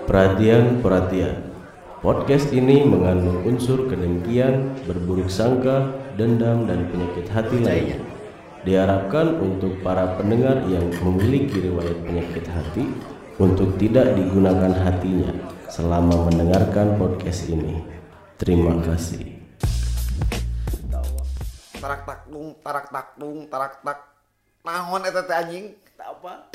Perhatian. Podcast ini mengandung unsur kedengkian, berburuk sangka, dendam, dan penyakit hati lainnya. Diharapkan untuk para pendengar yang memiliki riwayat penyakit hati untuk tidak digunakan hatinya selama mendengarkan podcast ini. Terima kasih. Tarak tak. Naon eta teh anjing? Tak apa.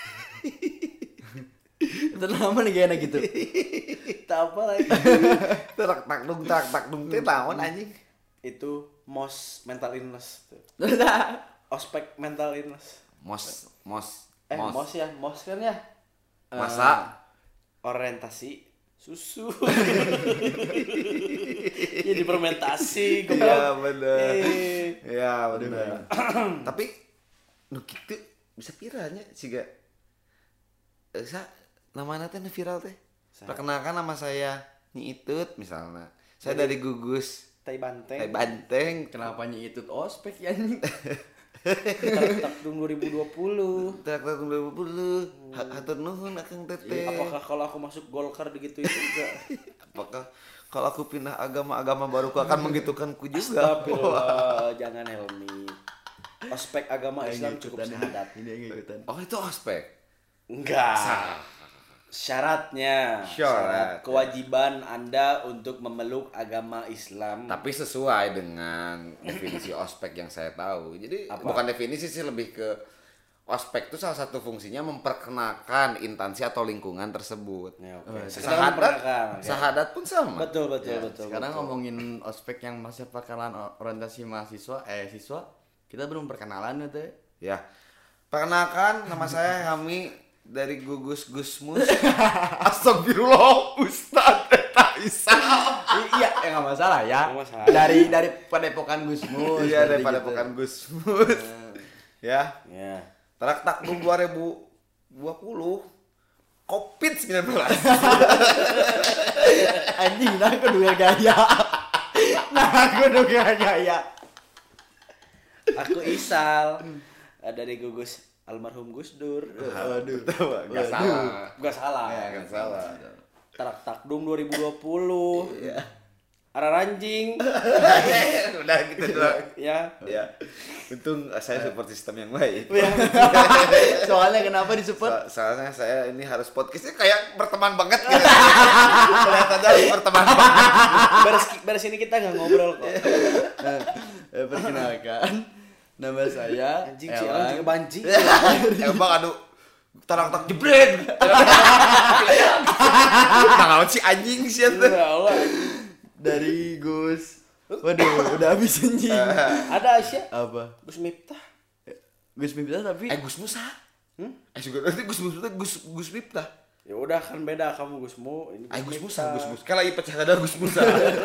Itu nama nih kayaknya gitu. Tak apa lagi. Tarak tak dung teh naon anjing? Itu MOS mental illness. Ospek mental illness. Mos. MOS ya, MOS kan ya. Masa Orientasi susu. Jadi fermentasi ya bener. Ya bener. Tapi nu kitu bisa viralnya siga namanya teh viral teh. Perkenalkan nama saya Nyi Itut misalnya. Saya dari Gugus Tai Banteng. Tai Banteng. Kenapa Nyi Itut ospek ya nih? Takdung 2020. Traktor 2020. Hatur nuhun akang teteh. Apakah kalau aku masuk Golkar digituin juga? Apakah kalau aku pindah agama baru aku akan menggitukanku juga? Astagfirullah, jangan Helmi. Ospek agama Islam cukup syahadat. Ini ikutan. Oh itu ospek? Enggak. Syaratnya syarat kewajiban Anda untuk memeluk agama Islam. Tapi sesuai dengan definisi ospek yang saya tahu. Jadi bukan definisi sih, lebih ke ospek itu salah satu fungsinya memperkenalkan instansi atau lingkungan tersebut. Ya, okay. Sahadat pun sama. Betul. Sekarang ngomongin ospek yang masih perkenalan orientasi siswa, kita belum perkenalan ya teh. Ya. Perkenalkan, nama saya Hami dari Gugus Gusmus. Astagfirullah, Ustaz eta Isa. Iya, enggak masalah ya. Dari Padepokan Gusmus. Iya, dari Padepokan Gusmus. Ya. Tarak takdung 2020. COVID-19. Anjing, nah aku duga gaya. Aku Isal dari Gugus almarhum Gus Dur. Aduh. Enggak salah. Enggak salah. Tarak takdung 2020. Iya. Arah ranjing. Udah gitu doang. Ya. Untung saya support sistem yang baik. Soalnya kenapa disupport? Soalnya saya ini harus podcastnya kayak berteman banget gitu. Kelihatan aja berteman banget. Beres ini kita nggak ngobrol kok. Perkenalkan, nama saya Anjing si orang juga banci. Emang aduh tarang tak jebret. Nah, si anjing sih itu. Dari Gus. Waduh, udah habis anjing. Ada Aisyah. Apa? Gus Miftah. Gus Miftah tapi Gus Musa. Juga nanti Gus Musa Gus Miftah. Ya udah kan beda kamu Gusmu ini. Gus Musa. Kalau ieu pecah ada Gus Musa.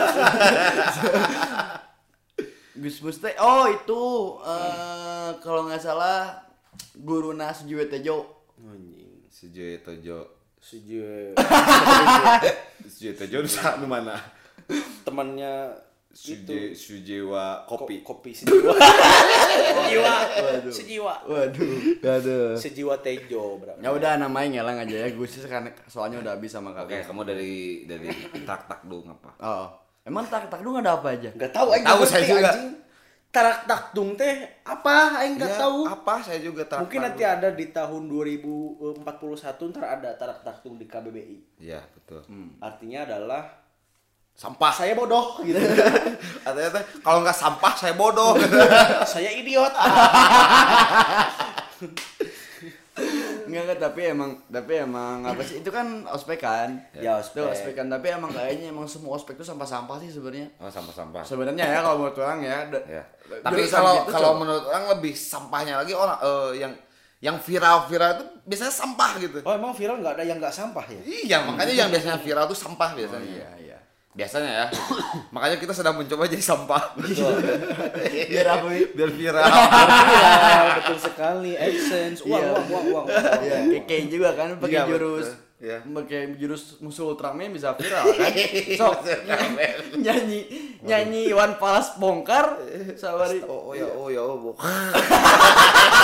Gus Musta. Oh itu kalau nggak salah guruna Sujiwo Tejo. Anjing. Sujiwo Tejo. Sujiwo Tejo nu mana? Temannya itu Sujiwa kopi. Kopi Sejiwa. Sejiwa. Waduh. Sejiwa Tejo, bro. Ya udah namanya ngelang aja ya Gus karena soalnya udah habis sama Oke, kakak. kamu dari tak dong apa? Oh. Emang takdung ada apa aja? Enggak tahu aing. Tahu saya juga. Tarak takdung teh apa? Aing enggak tahu. Apa? Saya juga tarak. Mungkin nanti ada di tahun 2041 ntar ada tarak takdung di KBBI. Iya, betul. Artinya adalah Sampah. saya bodoh gitu. Artinya kalau nggak sampah saya bodoh. Saya idiot. Enggak, tapi emang apa sih itu kan ospek kan? Ya, Itu ospek kan, tapi emang kayaknya semua ospek itu sampah-sampah sih sebenarnya. Oh, sampah-sampah. Sebenarnya ya kalau menurut orang ya. Ya. Tapi kalau menurut orang lebih sampahnya lagi orang yang viral itu biasanya sampah gitu. Oh, emang viral nggak ada yang nggak sampah ya? Iya, makanya yang biasanya viral itu sampah biasanya. Iya. Biasanya ya. Makanya kita sedang mencoba jadi sampah. Betul. Biar apa? Biar viral. Betul sekali. AdSense. Uang. Iya, kayak juga kan pakai jurus. Iya. Pakai jurus musuh Ultraman bisa viral kan? Sok nyanyi Iwan Fals bongkar sawari. Oh ya.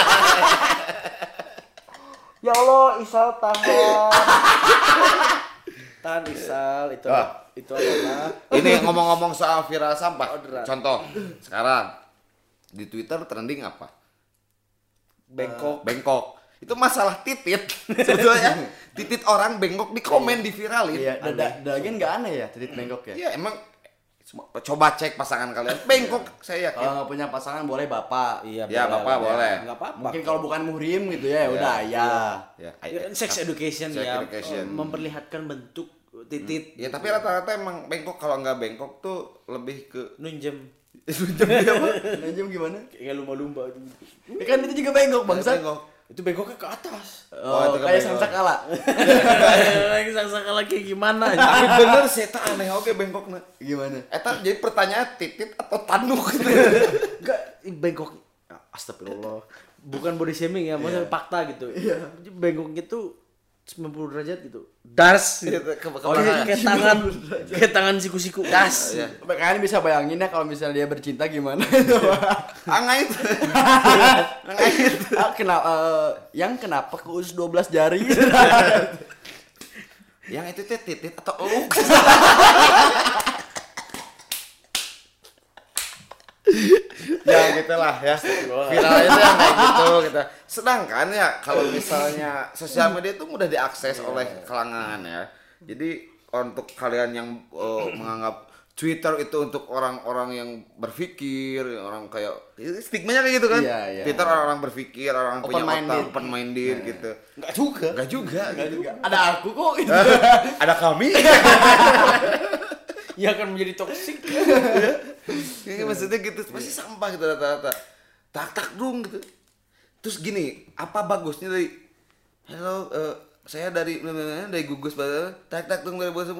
Ya Allah, Isal tahan. Tahan Isal itu Ah. itu adalah Ini ngomong-ngomong soal viral sampah. Orderan. Contoh, sekarang di Twitter trending apa? bengkok. Bengkok. Itu masalah titit. Sebetulnya titit orang bengkok di komen diviralin. Iya, lagian nggak aneh ya titik bengkok ya. Iya, emang coba cek pasangan kalian bengkok, saya yakin. Kalau nggak punya pasangan boleh bapak. Iya, Ya, Bapak boleh. Enggak apa-apa. Mungkin kalau bukan muhrim gitu ya, udah ya. Ya, Ya kan sex education Sex ya, education. memperlihatkan bentuk titit. Ya, tapi rata-rata emang bengkok, kalau nggak bengkok tuh lebih ke Nunjem Najam gimana? kayak lumba-lumba itu. Ya kan itu juga bengkok bangsa. bengkok. Itu bengkoknya ke atas. Oh, itu kan kayak bengkok. sangsakala. Lagi sangka lagi gimana? Tapi bener sih, eta aneh oke bengkoknya. Gimana? Eta jadi pertanyaan titit atau tanduk gitu. Enggak, bengkok. Astagfirullah. Bukan body shaming ya, maksudnya fakta gitu. Jadi bengkoknya tuh 90 derajat gitu. Das gitu. Kayak tangan siku-siku. Das. Iya. Kalian bisa bayangin ya kalau misalnya dia bercinta gimana? Angait. Kenapa keus 12 jari? Yang itu teh titit atau eluk? Ya gitulah ya. Viralnya itu yang kayak gitu. Sedangkan ya kalau misalnya sosial media itu mudah diakses oleh kalangan ya. Jadi untuk kalian yang menganggap Twitter itu untuk orang-orang yang berpikir, orang kayak stigmanya kayak gitu kan. Iya, iya. Twitter orang-orang berpikir, orang punya Open-minded. otak, open-minded gitu. Enggak juga. Enggak juga. Ada aku kok. Ada kami. Ya akan menjadi toksik. Ya, maksudnya gitu, pasti sampah gitu rata-rata. Tak dong gitu. Terus gini, apa bagusnya dari halo saya dari gugus tak dong 2010.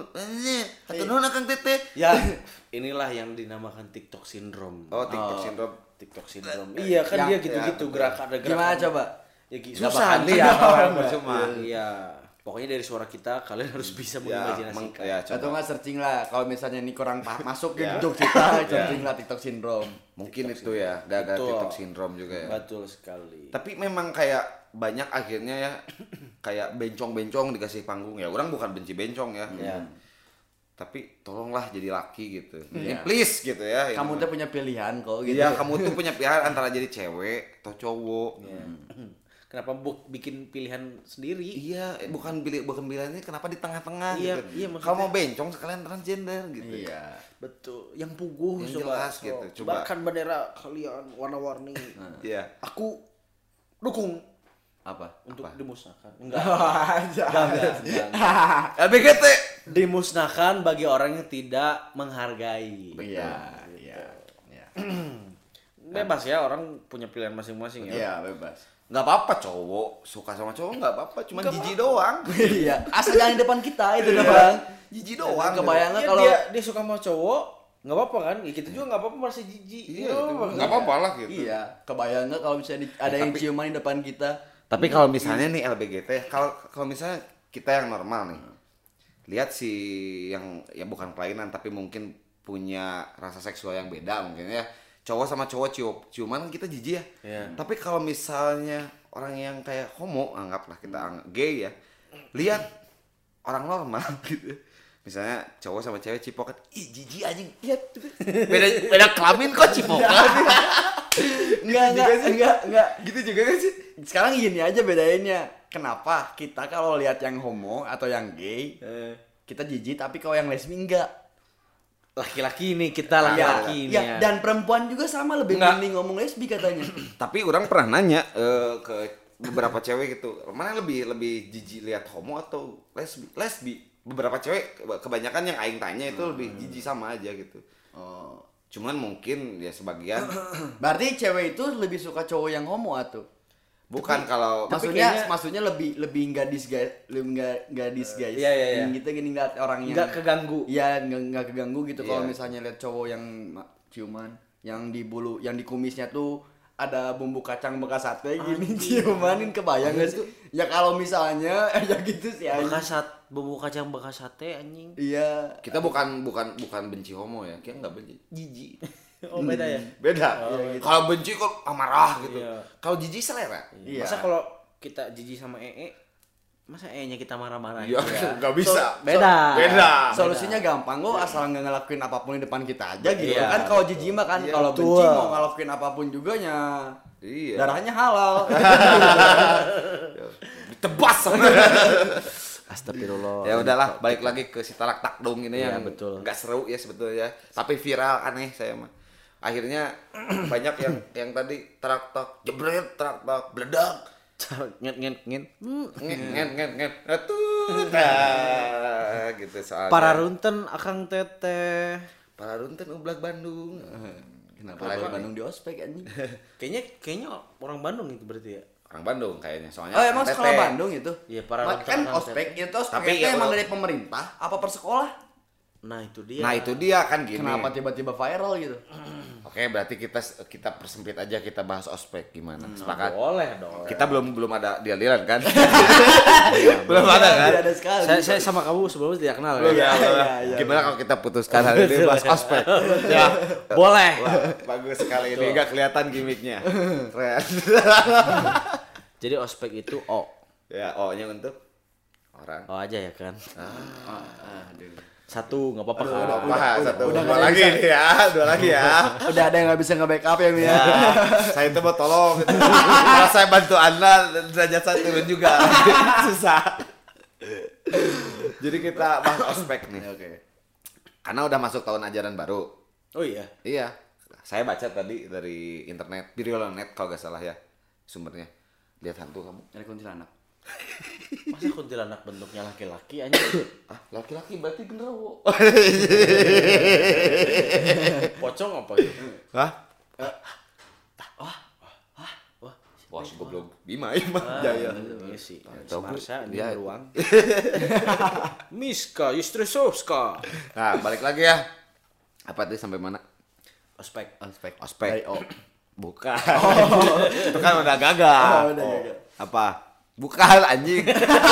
Atau non Kang Tete. Ya, inilah yang dinamakan TikTok syndrome. Oh, TikTok syndrome. TikTok syndrome. Iya kan dia gitu-gitu ada gerakan. Gimana coba? Ya Susah susah nih nih ya ya. orang percuma. Iya. Pokoknya dari suara kita kalian harus bisa mengimajinasikan. Ya, Atau coba. nggak searching lah kalau misalnya ini kurang masuk gitu kita searching lah TikTok syndrome. Mungkin itu ya, gara-gara Betul. TikTok syndrome juga ya. Betul sekali. Tapi memang kayak banyak akhirnya ya kayak bencong-bencong dikasih panggung ya. Orang bukan benci bencong ya. Ya. Tapi tolonglah jadi laki gitu. Iya. Please gitu ya. Kamu tuh punya pilihan kok gitu. Iya, kamu tuh punya pilihan antara jadi cewek atau cowok. Ya. Kenapa bikin pilihan sendiri? Iya, bukan pilihannya kenapa di tengah-tengah Iya, gitu. iya, maksudnya- Kalau mau bencong sekalian transgender gitu. Iya. Betul. Yang puguh Yang coba. jelas gitu, coba. Bahkan bendera kalian warna-warni. Iya. Aku dukung Apa? untuk Apa? dimusnahkan. Enggak. Enggak. LBGT. Dimusnahkan bagi orang yang tidak menghargai. Iya, iya. Iya. Bebas ya, orang punya pilihan masing-masing ya. Iya, bebas. Nggak apa-apa cowok suka sama cowok nggak apa-apa, cuma jijik doang. Iya, asal jangan di depan kita itu doang. Jijik doang. Kebayang nggak Ya, kalau dia suka sama cowok, nggak apa-apa kan? Ya kita juga nggak apa-apa merasa jijik. Iya, Ya, itu nggak apa-apa lah gitu. Iya, kebayang nggak kalau misalnya ada yang ciuman di depan kita? Tapi kalau misalnya nih LBGT, kalau misalnya kita yang normal nih, lihat si yang ya bukan kelainan tapi mungkin punya rasa seksual yang beda mungkin ya. Cowok sama cowok ciuman kan kita jijik ya. Iya. Tapi kalau misalnya orang yang kayak homo, anggaplah kita gay ya, lihat orang normal gitu. Misalnya cowok sama cewek cipokan, ih jijik anjing, lihat beda kelamin kok cipokan. Enggak. Gitu juga kan sih? Sekarang gini aja bedainnya. Kenapa kita kalau lihat yang homo atau yang gay, kita jijik, tapi kalau yang lesbi enggak. Laki-laki ini kita laki-laki ini Ya, ya. dan perempuan juga sama lebih Enggak. mending ngomong lesbi katanya. Tapi orang pernah nanya ke beberapa cewek gitu, mana yang lebih jijik lihat homo atau lesbi? Beberapa cewek kebanyakan yang aing tanya itu lebih jijik sama aja gitu. Oh. Cuman mungkin ya sebagian Berarti cewek itu lebih suka cowok yang homo atau? bukan kalau Maksudnya lebih enggak disguise, lebih enggak disguise. Iya, iya, iya. Kita gini enggak orang yang Nggak keganggu. Iya, enggak keganggu gitu kalau Iya. misalnya lihat cowok yang ciuman, yang di bulu, yang di kumisnya tuh ada bumbu kacang bekas sate gini ciumanin, kebayang gak sih? Ya kalau misalnya ya gitu sih anjing. Bumbu kacang bekas sate anjing. Iya. kita bukan benci homo ya, kita nggak benci, jijik. Oh beda ya. Beda. Kalau benci kok amarah gitu. Iya. Kalau jijik selera. Iya. Masa kalau kita jijik sama EE Masa nya kita marah-marah Iya, ya? nggak bisa. Beda. Solusinya gampang kok, asal nggak ngelakuin apapun di depan kita aja gitu. Iya. Kan kalau jijik mah kan Iya, kalau betul. benci mau ngelakuin apapun juga nya Iya. darahnya halal. Ditebas sama. Astagfirullah. Ya udahlah, balik lagi ke si Tarak Takdung ini Iya, yang betul. nggak seru ya sebetulnya, tapi viral aneh saya mah. Akhirnya banyak yang tadi tarak tak jebret, tarak tak bledak. Nget. Nget gitu soalnya. Para runten akang teteh. Para runten ublak Bandung. Kenapa Apalagi orang Bandung di ospek anjing? Kayaknya orang Bandung itu berarti ya. Orang Bandung kayaknya soalnya. Oh emang Teteh. sekolah Bandung itu? Iya, para Kan runten ospek itu ospek Tapi itu ya, emang kalau- dari pemerintah apa per sekolah? Nah, itu dia. Nah itu dia kan gini. Kenapa tiba-tiba viral gitu? Oke, berarti kita persempit aja, kita bahas ospek gimana? Sepakat? Boleh dong. Kita belum ada dialiran kan? belum ada kan? Tidak ada sekali. Saya sama kamu sebelumnya tidak kenal Belum ya. ya. Gimana kalau kita putuskan hari ini bahas ospek? Ya, Boleh. wah, bagus sekali ini, nggak kelihatan gimmicknya. Keren. Jadi ospek itu O. Ya, O-nya untuk orang. O aja ya kan. Aduh. Satu nggak apa-apa kan. Satu. udah Dua nggak lagi bisa. nih ya, dua lagi ya. Udah ada yang nggak bisa nge-backup ya Mi ya. Saya itu mau tolong. Kalau saya bantu Anda, derajat saya turun juga. Susah. Jadi kita bahas ospek nih. Oke. Karena udah masuk tahun ajaran baru. Oh iya. Iya. Saya baca tadi dari internet, Virionet kalau nggak salah ya sumbernya. Lihat hantu kamu. Dari kuntilanak. Masa kuntilanak bentuknya laki-laki anjing? Ah, laki-laki berarti genderuwo. Pocong apa gitu? Hah? Wah. Wah, si goblok Bima. Jaya. Iya sih. Tahu, Marsha di ya. beruang. Miska Yustresovska. Nah, balik lagi ya. Apa tadi sampai mana? Ospek. Ospek. Ospek. Dari O. Bukan. Itu kan udah gagal. Oh, udah gagal. Apa? Bukan anjing.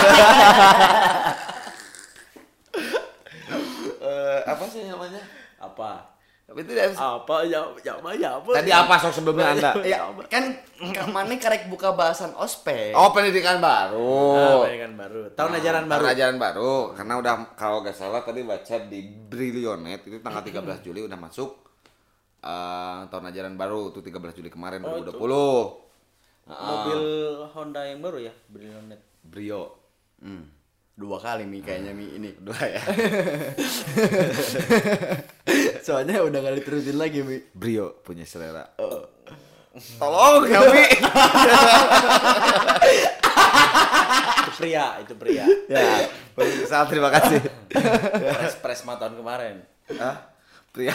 Apa sih namanya? Apa? Tapi itu dia- Apa ya apa? tadi apa sok sebelumnya Anda? Ya, kan kemana karek buka bahasan ospek. Oh, pendidikan baru. Pendidikan baru. Tahun ajaran baru. Tahun ajaran baru. Karena udah kalau nggak salah tadi baca di Brilionet itu tanggal 13 Juli udah masuk tahun ajaran baru tuh 13 Juli kemarin 2020. Mobil Honda yang baru ya, Brilionet. Brio. Dua kali Mi kayaknya Mi ini. Dua ya. Soalnya udah gak diterusin lagi Mi. Brio punya selera. Tolong ya, Wi. Itu pria. Ya, sangat terima kasih. Presma tahun kemarin. Hah? Prio.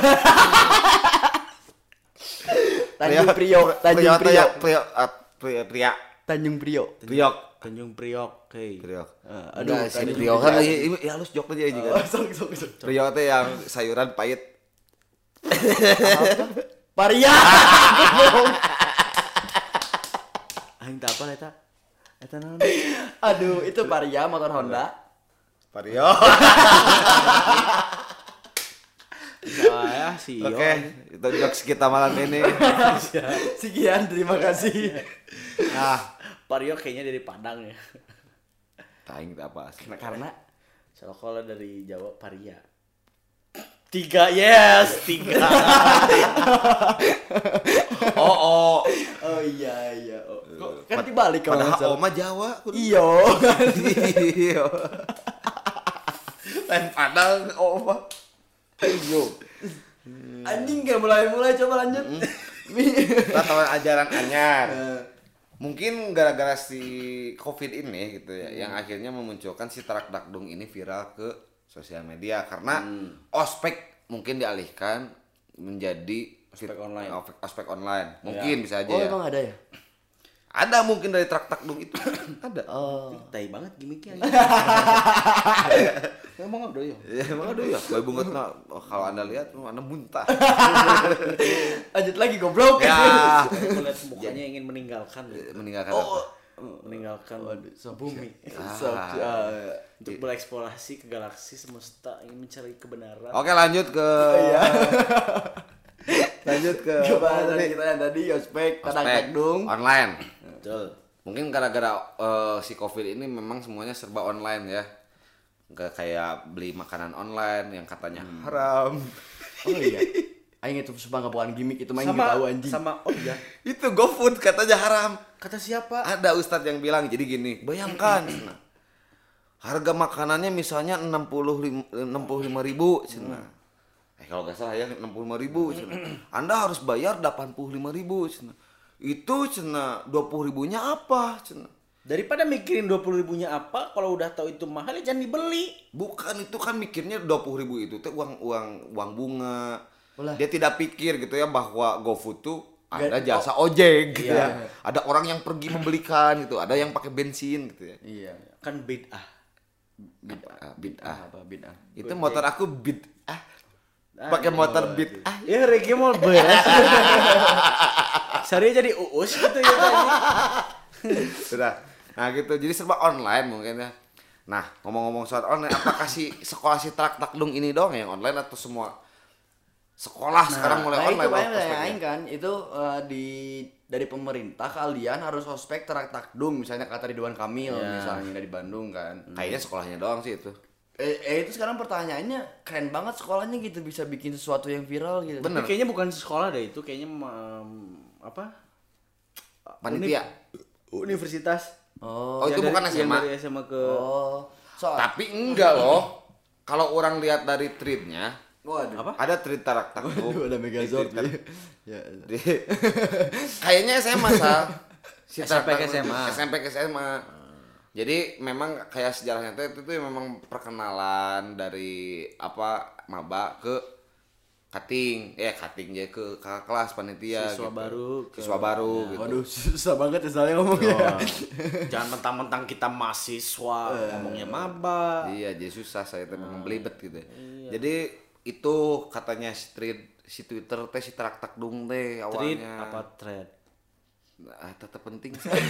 Tanjung Priok. Tanjung Priok. Pria. Tanjung Priok. Priok. Tanjung Priok. Hey. Priok. Aduh, Enggak, si Tanjung Priok kan ini ya halus jok aja juga. Sok. Priok teh yang sayuran pahit. Paria. Aing teh apa eta? Eta naon? Aduh, itu Paria motor Honda. Priok. Saya si Iyo. Oke, itu jokes kita malam ini. Sekian, terima kasih. Nah, Pario kayaknya dari Padang ya. taing apa sih? Karena Soalnya kalau dari Jawa Paria. 3, yes, 3. Oh. oh iya. Oh. Kok kan dibalik kalau nggak Padahal salah. Oma Jawa. Iyo. Iya. Lain Padang Oma. Iyo. Anjing gak mulai coba lanjut. Kita tahun ajaran anyar. Mungkin gara-gara si COVID ini gitu ya, yang akhirnya memunculkan si Tarak Dakdung ini viral ke sosial media karena ospek mungkin dialihkan menjadi Ospek online. Ospek online. Mungkin bisa aja Oh, ya. emang ada ya? Ada mungkin dari Tarak Dakdung itu. Ada. Oh. Tai banget gimmicknya. Emang ada ya? Ya emang ada ya. Bayi bungut kalau Anda lihat Anda muntah. Lanjut lagi goblok. Ya. Aku lihat mukanya ingin meninggalkan. Meninggalkan Oh. apa? Meninggalkan bumi. Untuk bereksplorasi ke galaksi semesta, ingin mencari kebenaran. Oke, lanjut ke lanjut ke Bahasan kita yang tadi ospek Tarak Dakdung. online. Betul. Mungkin gara-gara si Covid ini memang semuanya serba online ya. Nggak kayak beli makanan online yang katanya haram. Oh iya. Aing itu sumpah nggak bukan gimmick itu main tahu anjing. Sama oh iya. Itu GoFood katanya haram. Kata siapa? Ada ustadz yang bilang jadi gini, bayangkan harga makanannya misalnya 65.000 cina. Kalau nggak salah ya 65.000 cina. Anda harus bayar 85.000 cina. Itu cina 20.000-nya apa cina? Daripada mikirin 20.000-nya apa, kalau udah tahu itu mahal ya jangan dibeli. Bukan, itu kan mikirnya 20.000 itu teh uang bunga. Ulah. Dia tidak pikir gitu ya bahwa GoFood tuh ada jasa ojek gitu ya. Ada orang yang pergi membelikan gitu, ada yang pakai bensin gitu ya. Iya. Kan bid'ah. Bid'ah. Apa bid'ah? Itu motor aku bid'ah. Pakai motor bid'ah. Ya Ricky mau beres. Sari jadi uus gitu ya tadi. Sudah. Nah gitu, jadi serba online mungkin ya. Nah ngomong-ngomong soal online, apakah si sekolah si Tarak Takdung ini doang yang online atau semua sekolah sekarang mulai online? Itu banyak aing kan itu dari pemerintah kalian harus ospek Tarak Takdung misalnya kata Ridwan Kamil misalnya dari Bandung kan. Kayaknya sekolahnya doang sih itu. Itu sekarang pertanyaannya keren banget sekolahnya gitu bisa bikin sesuatu yang viral gitu. Bener. Tapi kayaknya bukan sekolah deh itu, kayaknya apa? Panitia. Universitas. Oh, itu bukan Yang SMA. dari SMA ke Tapi enggak loh. Kalau orang lihat dari tweetnya, waduh. apa? ada tweet Tarak Takdung. Waduh, ada Megazord. Di Twitter. Ya. Kayaknya SMA Sal. Si SMP Tarak ke Takdung SMA. SMP ke SMA. Jadi memang kayak sejarahnya itu memang perkenalan dari apa maba ke cutting ya ke kakak kelas panitia Siswa baru ke- siswa baru gitu. Waduh, susah banget ya soalnya ngomongnya. Jangan mentang-mentang kita mahasiswa ngomongnya maba. Iya, jadi susah saya tuh memang belibet gitu. Jadi itu katanya si Twitter teh si Tarak Takdung teh Thread awalnya. apa thread? Tetap penting.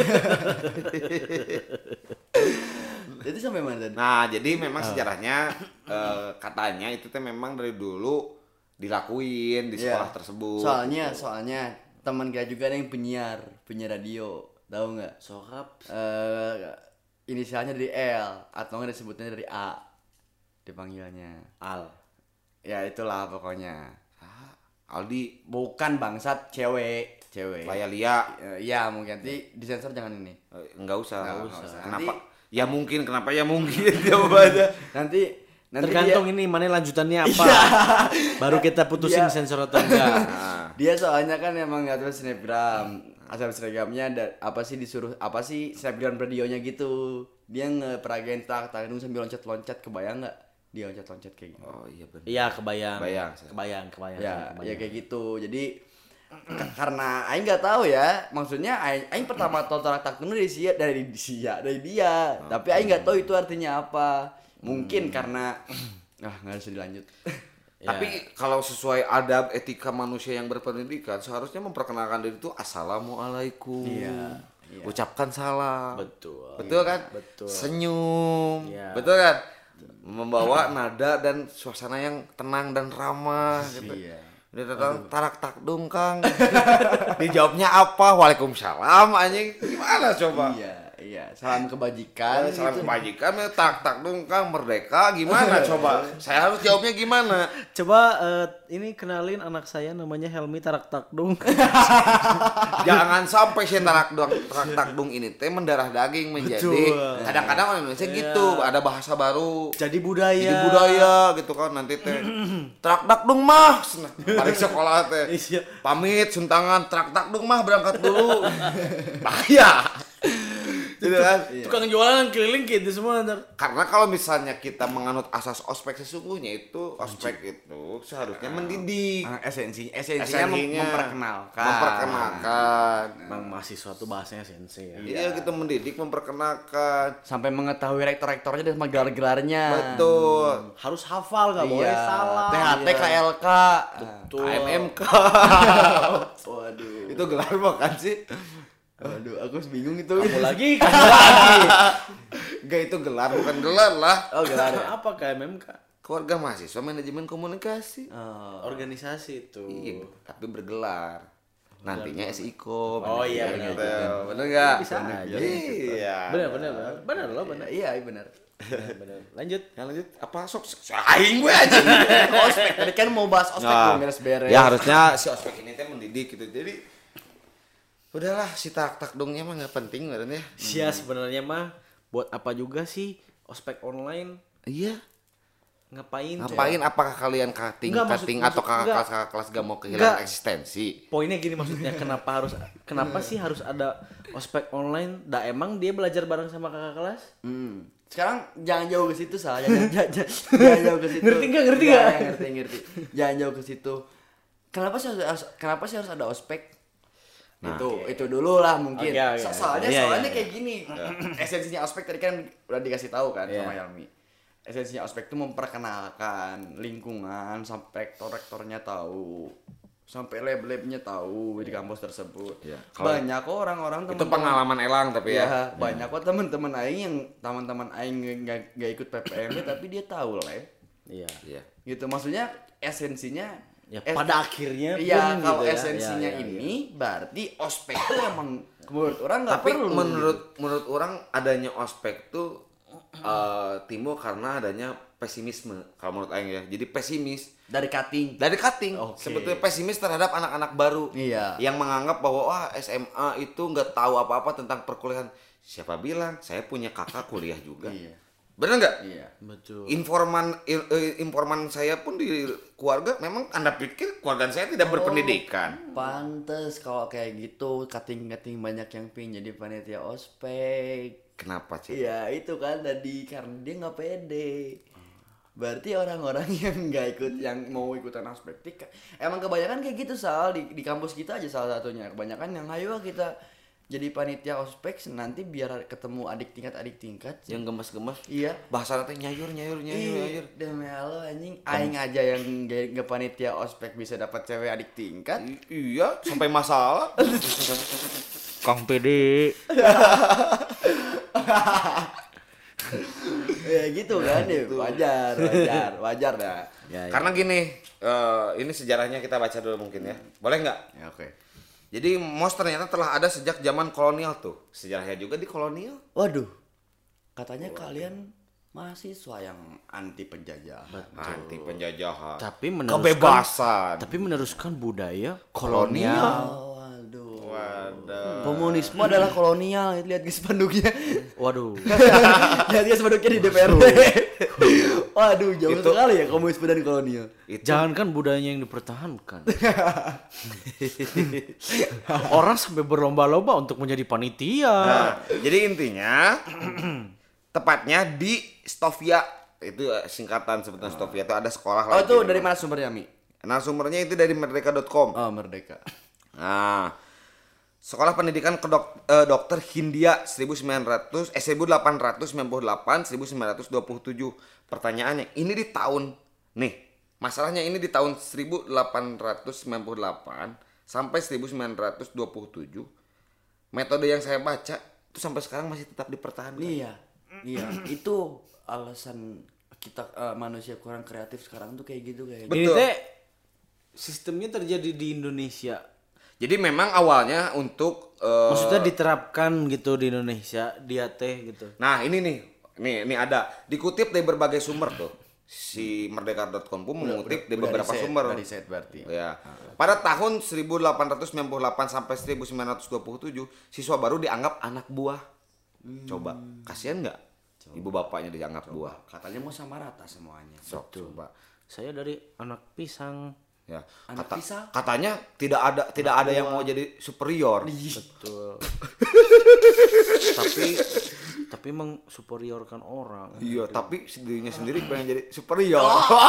Jadi sampai mana tadi? Nah, jadi memang sejarahnya katanya itu teh memang dari dulu dilakuin di sekolah tersebut. Soalnya teman kita juga ada yang penyiar radio, tahu nggak? Sokap. Inisialnya dari L atau nggak disebutnya dari A dipanggilnya. Al. Ya itulah pokoknya. Aldi Bukan bangsat cewek. Layalia. Iya mungkin nanti disensor jangan ini. Enggak usah. usah. Kenapa? Kenapa ya mungkin jawabannya. Nanti Tergantung ini mana lanjutannya apa. Baru kita putusin Iya. sensor atau enggak. dia soalnya kan emang nggak tahu snapgram. Asal snapgramnya apa sih snapgram radionya gitu. Dia ngeperagain Takdung sambil loncat-loncat, kebayang nggak? Dia loncat-loncat kayak gitu. Oh iya benar. Iya, kebayang. Kebayang. Kebayang. Ya kayak gitu. Jadi karena aing nggak tahu ya, maksudnya aing pertama tahu Tarak Takdung dari dia. Tapi aing nggak tahu itu artinya apa. Mungkin karena nggak usah dilanjut. Tapi kalau sesuai adab etika manusia yang berpendidikan seharusnya memperkenalkan diri itu assalamualaikum. Iya. Ucapkan salam. Betul Kan? Betul. Senyum. Iya. Betul kan? Membawa nada dan suasana yang tenang dan ramah gitu. Iya. Dia datang Tarak Takdung Kang. Dijawabnya apa? Waalaikumsalam anjing. Gimana coba? Iya. Salam kebajikan. Salam kebajikan ya Tarak Takdung Kang merdeka gimana coba? Saya harus jawabnya gimana? Coba ini kenalin anak saya namanya Helmi Tarak Takdung. Jangan sampai si Tarak Takdung ini teh mendarah daging menjadi Betul. kadang-kadang orang Indonesia gitu ada bahasa baru. Jadi budaya. Jadi budaya gitu kan nanti teh Tarak Takdung mah balik sekolah teh Iya. pamit suntangan Tarak Takdung mah berangkat dulu bahaya gitu kan. Tukang jualan keliling gitu semua ntar. Karena kalau misalnya kita menganut asas ospek sesungguhnya itu ospek itu seharusnya mendidik. Esensinya memperkenalkan. Bang mahasiswa tuh bahasanya sensei ya. Iya kita mendidik memperkenalkan. Sampai mengetahui rektor-rektornya dan sama gelar-gelarnya. Betul. Harus hafal nggak boleh salah. THT KLK. Betul. KMMK. Waduh. Itu gelar bukan sih? Waduh, aku bingung itu. Kamu lagi. Enggak itu gelar bukan gelar lah. Oh, gelar. Apa KMMK? Keluarga mahasiswa manajemen komunikasi. Organisasi itu. Iya, tapi bergelar. nantinya SIKOM. Oh iya, gitu. benar. Bener nggak? Bisa aja. Iya. Benar loh, benar. Iya benar. Benar. Lanjut. Ya lanjut. Apa sok aing gue aja. Ospek tadi kan mau bahas ospek belum beres-beres. Ya harusnya si ospek ini teh mendidik gitu. Jadi udahlah si tak dongnya mah nggak penting sebenarnya. Sia sebenarnya mah buat apa juga sih ospek online? Iya. Ngapain? Ngapain? Apakah kalian cutting Enggak, atau enggak. kakak kelas gak mau kehilangan Enggak. eksistensi? Poinnya gini maksudnya kenapa sih harus ada ospek online? Emang dia belajar bareng sama kakak kelas? Sekarang jangan jauh ke situ saja. Jangan jauh ke situ. Ngerti nggak? Ngerti. Jangan jauh ke situ. Kenapa sih harus ada ospek? Itu dulu lah mungkin. Oke. Soalnya Iya. kayak gini. Esensinya ospek tadi kan udah dikasih tahu kan Iya. sama Yalmi. Esensinya ospek itu memperkenalkan lingkungan sampai rektor-rektornya tahu, sampai lab-labnya tahu di kampus tersebut. Iya. Banyak kok orang-orang Itu pengalaman elang tapi ya. ya banyak kok teman-teman aing nggak ikut PPMB tapi dia tahu lab. Iya. Iya. Gitu maksudnya esensinya Ya pada akhirnya iya pun kalau gitu ya. esensinya Ya. ini berarti ospek itu emang menurut orang nggak Tapi perlu. menurut orang adanya ospek tuh timbul karena adanya pesimisme kalau menurut aing ya. Jadi pesimis dari cutting. dari cutting. Oke. Sebetulnya pesimis terhadap anak-anak baru Iya. yang menganggap bahwa wah SMA itu nggak tahu apa-apa tentang perkuliahan. Siapa bilang? Saya punya kakak kuliah juga. Iya. Bener nggak? Iya. Betul. Informan saya pun di keluarga memang Anda pikir keluarga saya tidak berpendidikan. Pantes kalau kayak gitu cutting banyak yang pingin jadi panitia ospek. Kenapa sih? Iya itu kan tadi karena dia nggak pede. Berarti orang-orang yang nggak ikut, yang mau ikutan ospek emang kebanyakan kayak gitu di kampus kita aja salah satunya. Kebanyakan yang ayo kita jadi panitia ospek nanti biar ketemu adik tingkat Yang gemes-gemes. iya. Bahasa nanti nyayur. Demi Allah anjing aing aja yang nggak panitia ospek bisa dapat cewek adik tingkat. Iya, sampai masalah. Kang PD. Ya gitu kan ya wajar dah. Ya. Karena gini, ini sejarahnya kita baca dulu mungkin ya. Boleh nggak? Ya oke. Jadi MOS ternyata telah ada sejak zaman kolonial tuh. Sejarahnya juga di kolonial. Waduh. Katanya kalian mahasiswa yang anti penjajahan. Anti penjajahan. Tapi meneruskan Kebebasan. Tapi meneruskan budaya Kolonial. Waduh. Waduh. Komunisme adalah kolonial. Lihat guys spanduknya. Waduh. Lihat guys spanduknya di DPRD. Waduh, jauh sekali ya komunisme dan kolonial. Jangankan budayanya yang dipertahankan. Orang sampai berlomba-lomba untuk menjadi panitia. Nah, jadi intinya tepatnya di Stovia itu singkatan sebetulnya Stovia itu ada sekolah Oh, lagi. itu dari mana sumbernya, Mi? Nah, sumbernya itu dari merdeka.com. Oh, Merdeka. Nah, Sekolah Pendidikan Dokter Hindia 1898 1927. Pertanyaannya, ini di tahun nih. Masalahnya ini di tahun 1898 sampai 1927. Metode yang saya baca itu sampai sekarang masih tetap dipertahankan. Iya. Itu alasan kita manusia kurang kreatif sekarang tuh kayak gitu kayak. Ini teh sistemnya terjadi di Indonesia. Jadi memang awalnya untuk Maksudnya diterapkan gitu di Indonesia, dia teh gitu. Nah, ini ada dikutip dari berbagai sumber tuh. Si merdeka.com pun mengutip dari beberapa sumber. Dari set berarti. Ya. Pada tahun 1898 sampai 1927, siswa baru dianggap anak buah. Coba, kasihan nggak? Ibu bapaknya dianggap buah. Katanya mau sama rata semuanya. Coba. Saya dari anak pisang. Ya. Anak pisang? Katanya tidak ada yang mau jadi superior. Betul. tapi mengsuperiorkan orang. Iya, tapi dirinya sendiri pengen jadi superior.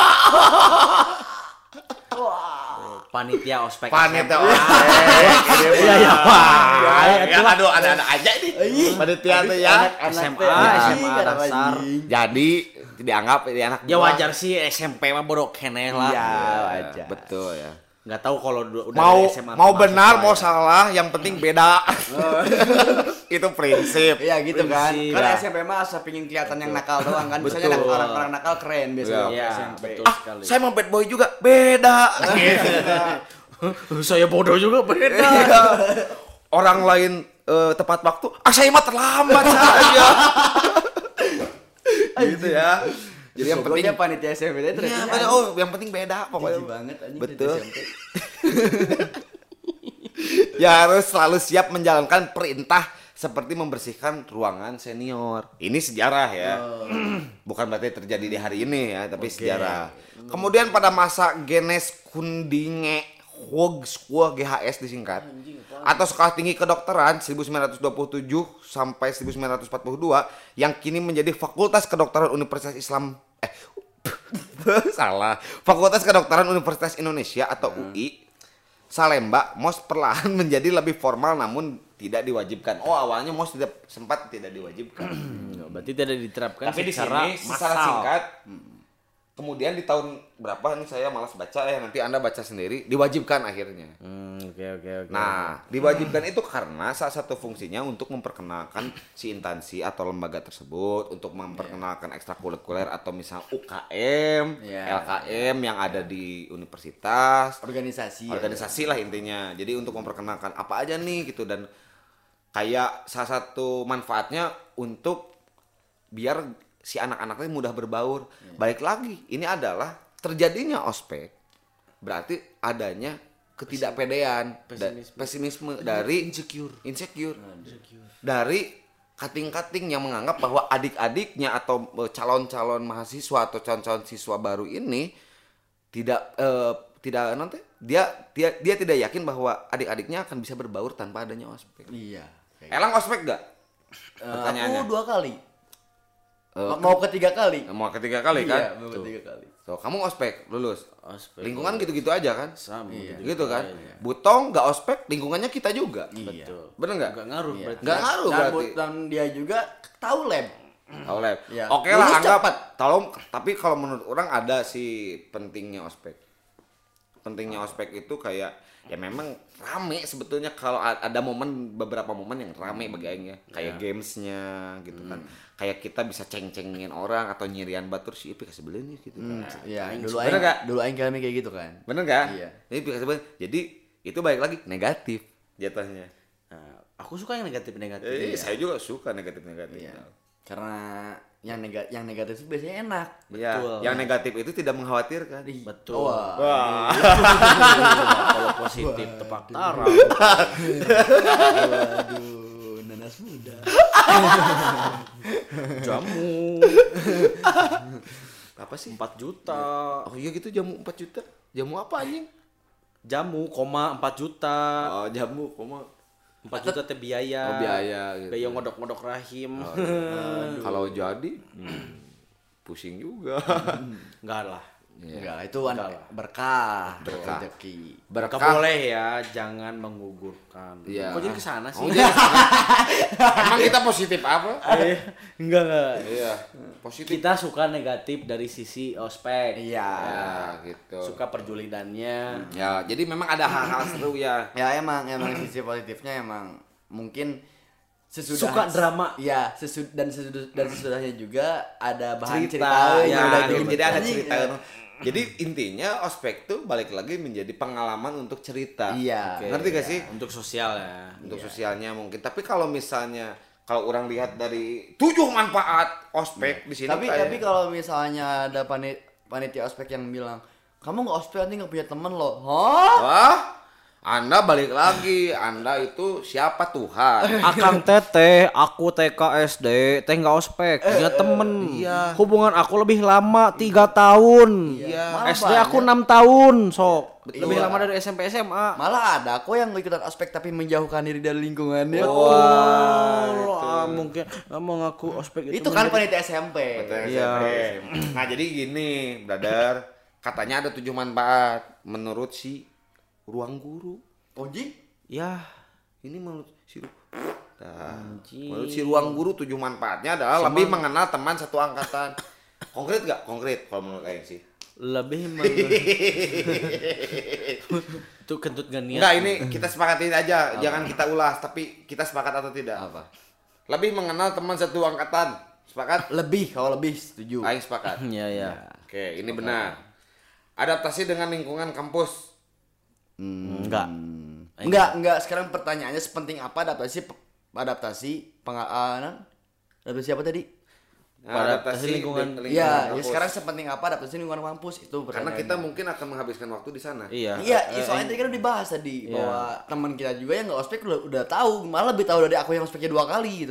Panitia ospek. Panitia SMP. Iya, aduh, ada aja ini. Panitia tuh ya. SMA dasar. Jadi dianggap anak Ya buah. wajar sih SMP mah bodoh keneh lah. Iya, wajar. Betul ya. Nggak tahu kalau udah Mau dari SMA mau ke benar mahasiswa mau ya. salah, yang penting beda. Itu prinsip. Iya gitu kan. Prinsip. Karena Ya. SMP mah asa pingin kelihatan yang nakal doang kan. Betul. Biasanya orang-orang nakal keren biasanya Iya, SMP. betul sekali. Saya mau bad boy juga, beda. Saya bodoh juga beda. Orang lain tepat waktu, saya mah terlambat saja. Gitu ya. Jadi yang penting panitia SMP ya, yang penting beda pokoknya. banget anjing. Betul. Ya harus selalu siap menjalankan perintah seperti membersihkan ruangan senior. Ini sejarah ya. Bukan berarti terjadi di hari ini ya, tapi sejarah. Kemudian pada masa Genes Kundinge Hogeschool GHS disingkat atau Sekolah Tinggi Kedokteran 1927 sampai 1942 yang kini menjadi Fakultas Kedokteran Universitas Islam Fakultas Kedokteran Universitas Indonesia atau UI Salemba, MOS perlahan menjadi lebih formal namun tidak diwajibkan. Awalnya MOS sempat tidak diwajibkan. Berarti tidak diterapkan Tapi secara di sini secara singkat. Kemudian di tahun berapa nih saya malas baca ya, nanti Anda baca sendiri, diwajibkan akhirnya. Oke. Nah, diwajibkan itu karena salah satu fungsinya untuk memperkenalkan si instansi atau lembaga tersebut, untuk memperkenalkan ekstrakurikuler atau misal UKM, LKM yang ada di universitas, organisasi lah intinya. Jadi untuk memperkenalkan apa aja nih gitu, dan kayak salah satu manfaatnya untuk biar si anak-anaknya mudah berbaur. Balik lagi, ini adalah terjadinya ospek berarti adanya ketidakpedean, pesimisme dari insecure. Dari kating-kating yang menganggap bahwa adik-adiknya atau calon-calon mahasiswa atau calon-calon siswa baru ini tidak nanti dia tidak yakin bahwa adik-adiknya akan bisa berbaur tanpa adanya ospek. Iya. Elang ospek gak? Aku Pertanyaannya. 2 kali. Mau ketiga kali. Mau ketiga kali kan? Iya, mau ketiga kali. So, kamu ospek, lulus. Ospek. Lingkungan gitu-gitu aja kan? Sama Gitu kan? Butong nggak ospek, lingkungannya kita juga. Betul. Bener nggak? Enggak ngaruh berarti. Nggak ngaruh berarti. Dan dia juga tahu lab. Tahu lab. Iya. Oke lah, Lulus anggap. cepat. Tapi kalau menurut orang ada sih pentingnya ospek. Pentingnya ospek itu kayak ya memang rame sebetulnya kalau ada beberapa momen yang rame bagi aing ya. Kayak gamesnya gitu kan. Kayak kita bisa ceng-cengin orang atau nyirian batur sih ipik sebelumnya gitu kan. Iya, Bener nggak? dulu aing kami kayak gitu kan. Bener kan? Iya. Jadi itu balik lagi negatif jatuhnya. Nah, aku suka yang negatif-negatif. Saya juga suka negatif-negatif. Iya. Karena yang negatif itu biasanya enak. Iya, Betul. yang negatif itu tidak mengkhawatirkan. Betul. Wah. Kalau positif tepak tarang. Aduh, nanas muda. Jamu Apa sih? 4 juta. Oh iya gitu, jamu 4 juta. Jamu apa anjing? Jamu, 4 juta. Oh, jamu koma. 4 juta teh biaya. Oh, biaya gitu. Biaya ngodok-ngodok rahim. Kalau jadi pusing juga. Enggak lah. Enggak, itu Enggak lah. berkah, Berkah. rezeki. Berkah boleh ya, jangan menggugurkan. Iya. Kok jadi kesana sih? Oh, jadi emang kita positif apa? Enggak. Iya, positif. Kita suka negatif dari sisi ospek. Iya. Ya, gitu. Suka perjulidannya. Ya, jadi memang ada hal-hal seru ya. Ya emang sisi positifnya emang mungkin sesudah Suka drama. Iya, sesudahnya juga ada bahan Cerita, cerita, ya, yang udah gitu. jadi ada Anjing, cerita. ya. Jadi intinya ospek tuh balik lagi menjadi pengalaman untuk cerita. Iya. Oke, Ngerti gak sih? Untuk sosial ya. Untuk sosialnya mungkin. Tapi kalau misalnya kalau orang lihat dari 7 manfaat ospek di sini Tapi kalau misalnya ada panitia ospek yang bilang, "Kamu nggak ospek nanti nggak punya temen loh." Hah? wah, Anda balik lagi, Anda itu siapa Tuhan? Akang teteh, aku TK SD, teh nggak ospek, punya temen. Iya. Hubungan aku lebih lama 3 tahun. Iya. SD aku 6 tahun, sok. Betul. Lebih lama dari SMP SMA. Malah ada kok yang ikutan ospek tapi menjauhkan diri dari lingkungannya. Mungkin mengaku ospek Itu kan panitia SMP. Betul, Iya. SMP. Nah, jadi gini, brother, katanya ada 7 manfaat menurut si ruang guru. Oji? Ya, Ini menurut si menurut si ruang guru 7 manfaatnya adalah lebih mengenal teman satu angkatan. Konkret gak? Konkret kalau menurut kalian sih. lebih itu kentut gak niat. Enggak, ini kita sepakatin aja, jangan kita ulas, tapi kita sepakat atau tidak? Apa? Lebih mengenal teman satu angkatan. Sepakat? Lebih, kalau lebih setuju. Aing sepakat. Ya. Oke, ini benar. Adaptasi dengan lingkungan kampus. Enggak. Enggak. Sekarang pertanyaannya sepenting apa adaptasi adaptasi apa tadi? Adaptasi lingkungan. Iya, ya kampus. sekarang sepenting apa adaptasi lingkungan kampus itu Karena pertanyaannya. kita mungkin akan menghabiskan waktu di sana. Iya. Iya, soalnya tadi kan udah dibahas tadi bahwa teman kita juga yang nggak ospek udah tahu, malah lebih tahu dari aku yang ospeknya 2 kali gitu.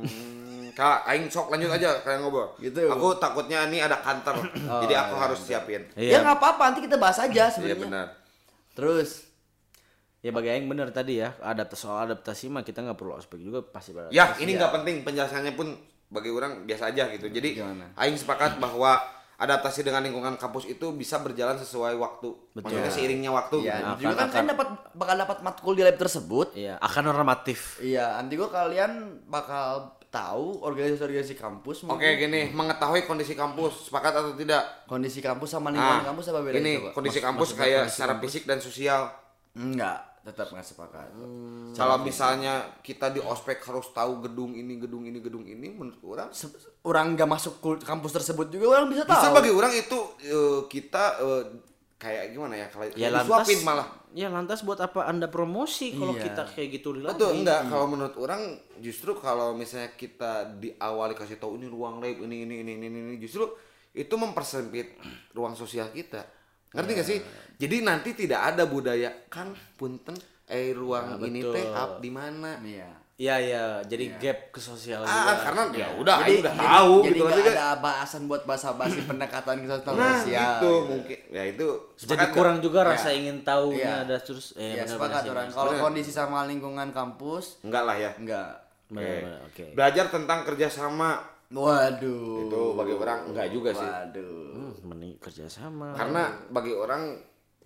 Kak, aing sok lanjut aja kayak ngobrol. Gitu. Aku takutnya ini ada kantor. Jadi aku harus siapin. Iya. Ya nggak apa-apa, nanti kita bahas aja Iya sebenarnya. benar. Terus Ya bagi aing bener tadi ya, soal adaptasi mah kita nggak perlu ospek juga pasti beradaptasi. Ya, ini nggak penting penjelasannya pun bagi orang biasa aja gitu. Jadi Gimana? aing sepakat bahwa adaptasi dengan lingkungan kampus itu bisa berjalan sesuai waktu. Maksudnya seiringnya waktu. ya, gitu. juga kan bakal dapat matkul di lab tersebut. Iya, akan normatif. Iya, nanti gua kalian bakal tahu organisasi-organisasi kampus Oke, gini, mengetahui kondisi kampus, sepakat atau tidak? kondisi kampus sama lingkungan kampus apa bedanya Ini coba? kondisi kampus kayak secara fisik dan sosial. Enggak, tetap nggak sepakat. Kalau misalnya kita di ospek harus tahu gedung ini, menurut orang Orang nggak masuk kampus tersebut juga orang bisa tahu. bisa bagi orang itu kita kayak gimana ya kalau Ya disuapin malah. Ya lantas buat apa Anda promosi kalau Iya. kita kayak gitu lagi? Betul, enggak. Kalau menurut orang justru kalau misalnya kita di awal dikasih tahu ini ruang lab ini justru itu mempersempit ruang sosial kita. Ngerti gak sih? Jadi nanti tidak ada budaya kan punten ruang ini teh up di mana. Iya. Iya, jadi gap ke sosial Karena ya udah Jadi udah tahu jadi gitu nggak ngerti ada bahasan buat basa-basi pendekatan ke sosial. Nah, itu mungkin ya itu Jadi sepakat kurang nggak? juga rasa ingin tahunya Iya. ada terus Ya, benar, sepakat benar orang. sih, Kalau Benar. kondisi sama lingkungan kampus Enggak lah ya. enggak. benar, oke. Belajar tentang kerjasama Waduh. itu bagi orang enggak juga sih. Waduh. Mending kerjasama. Karena bagi orang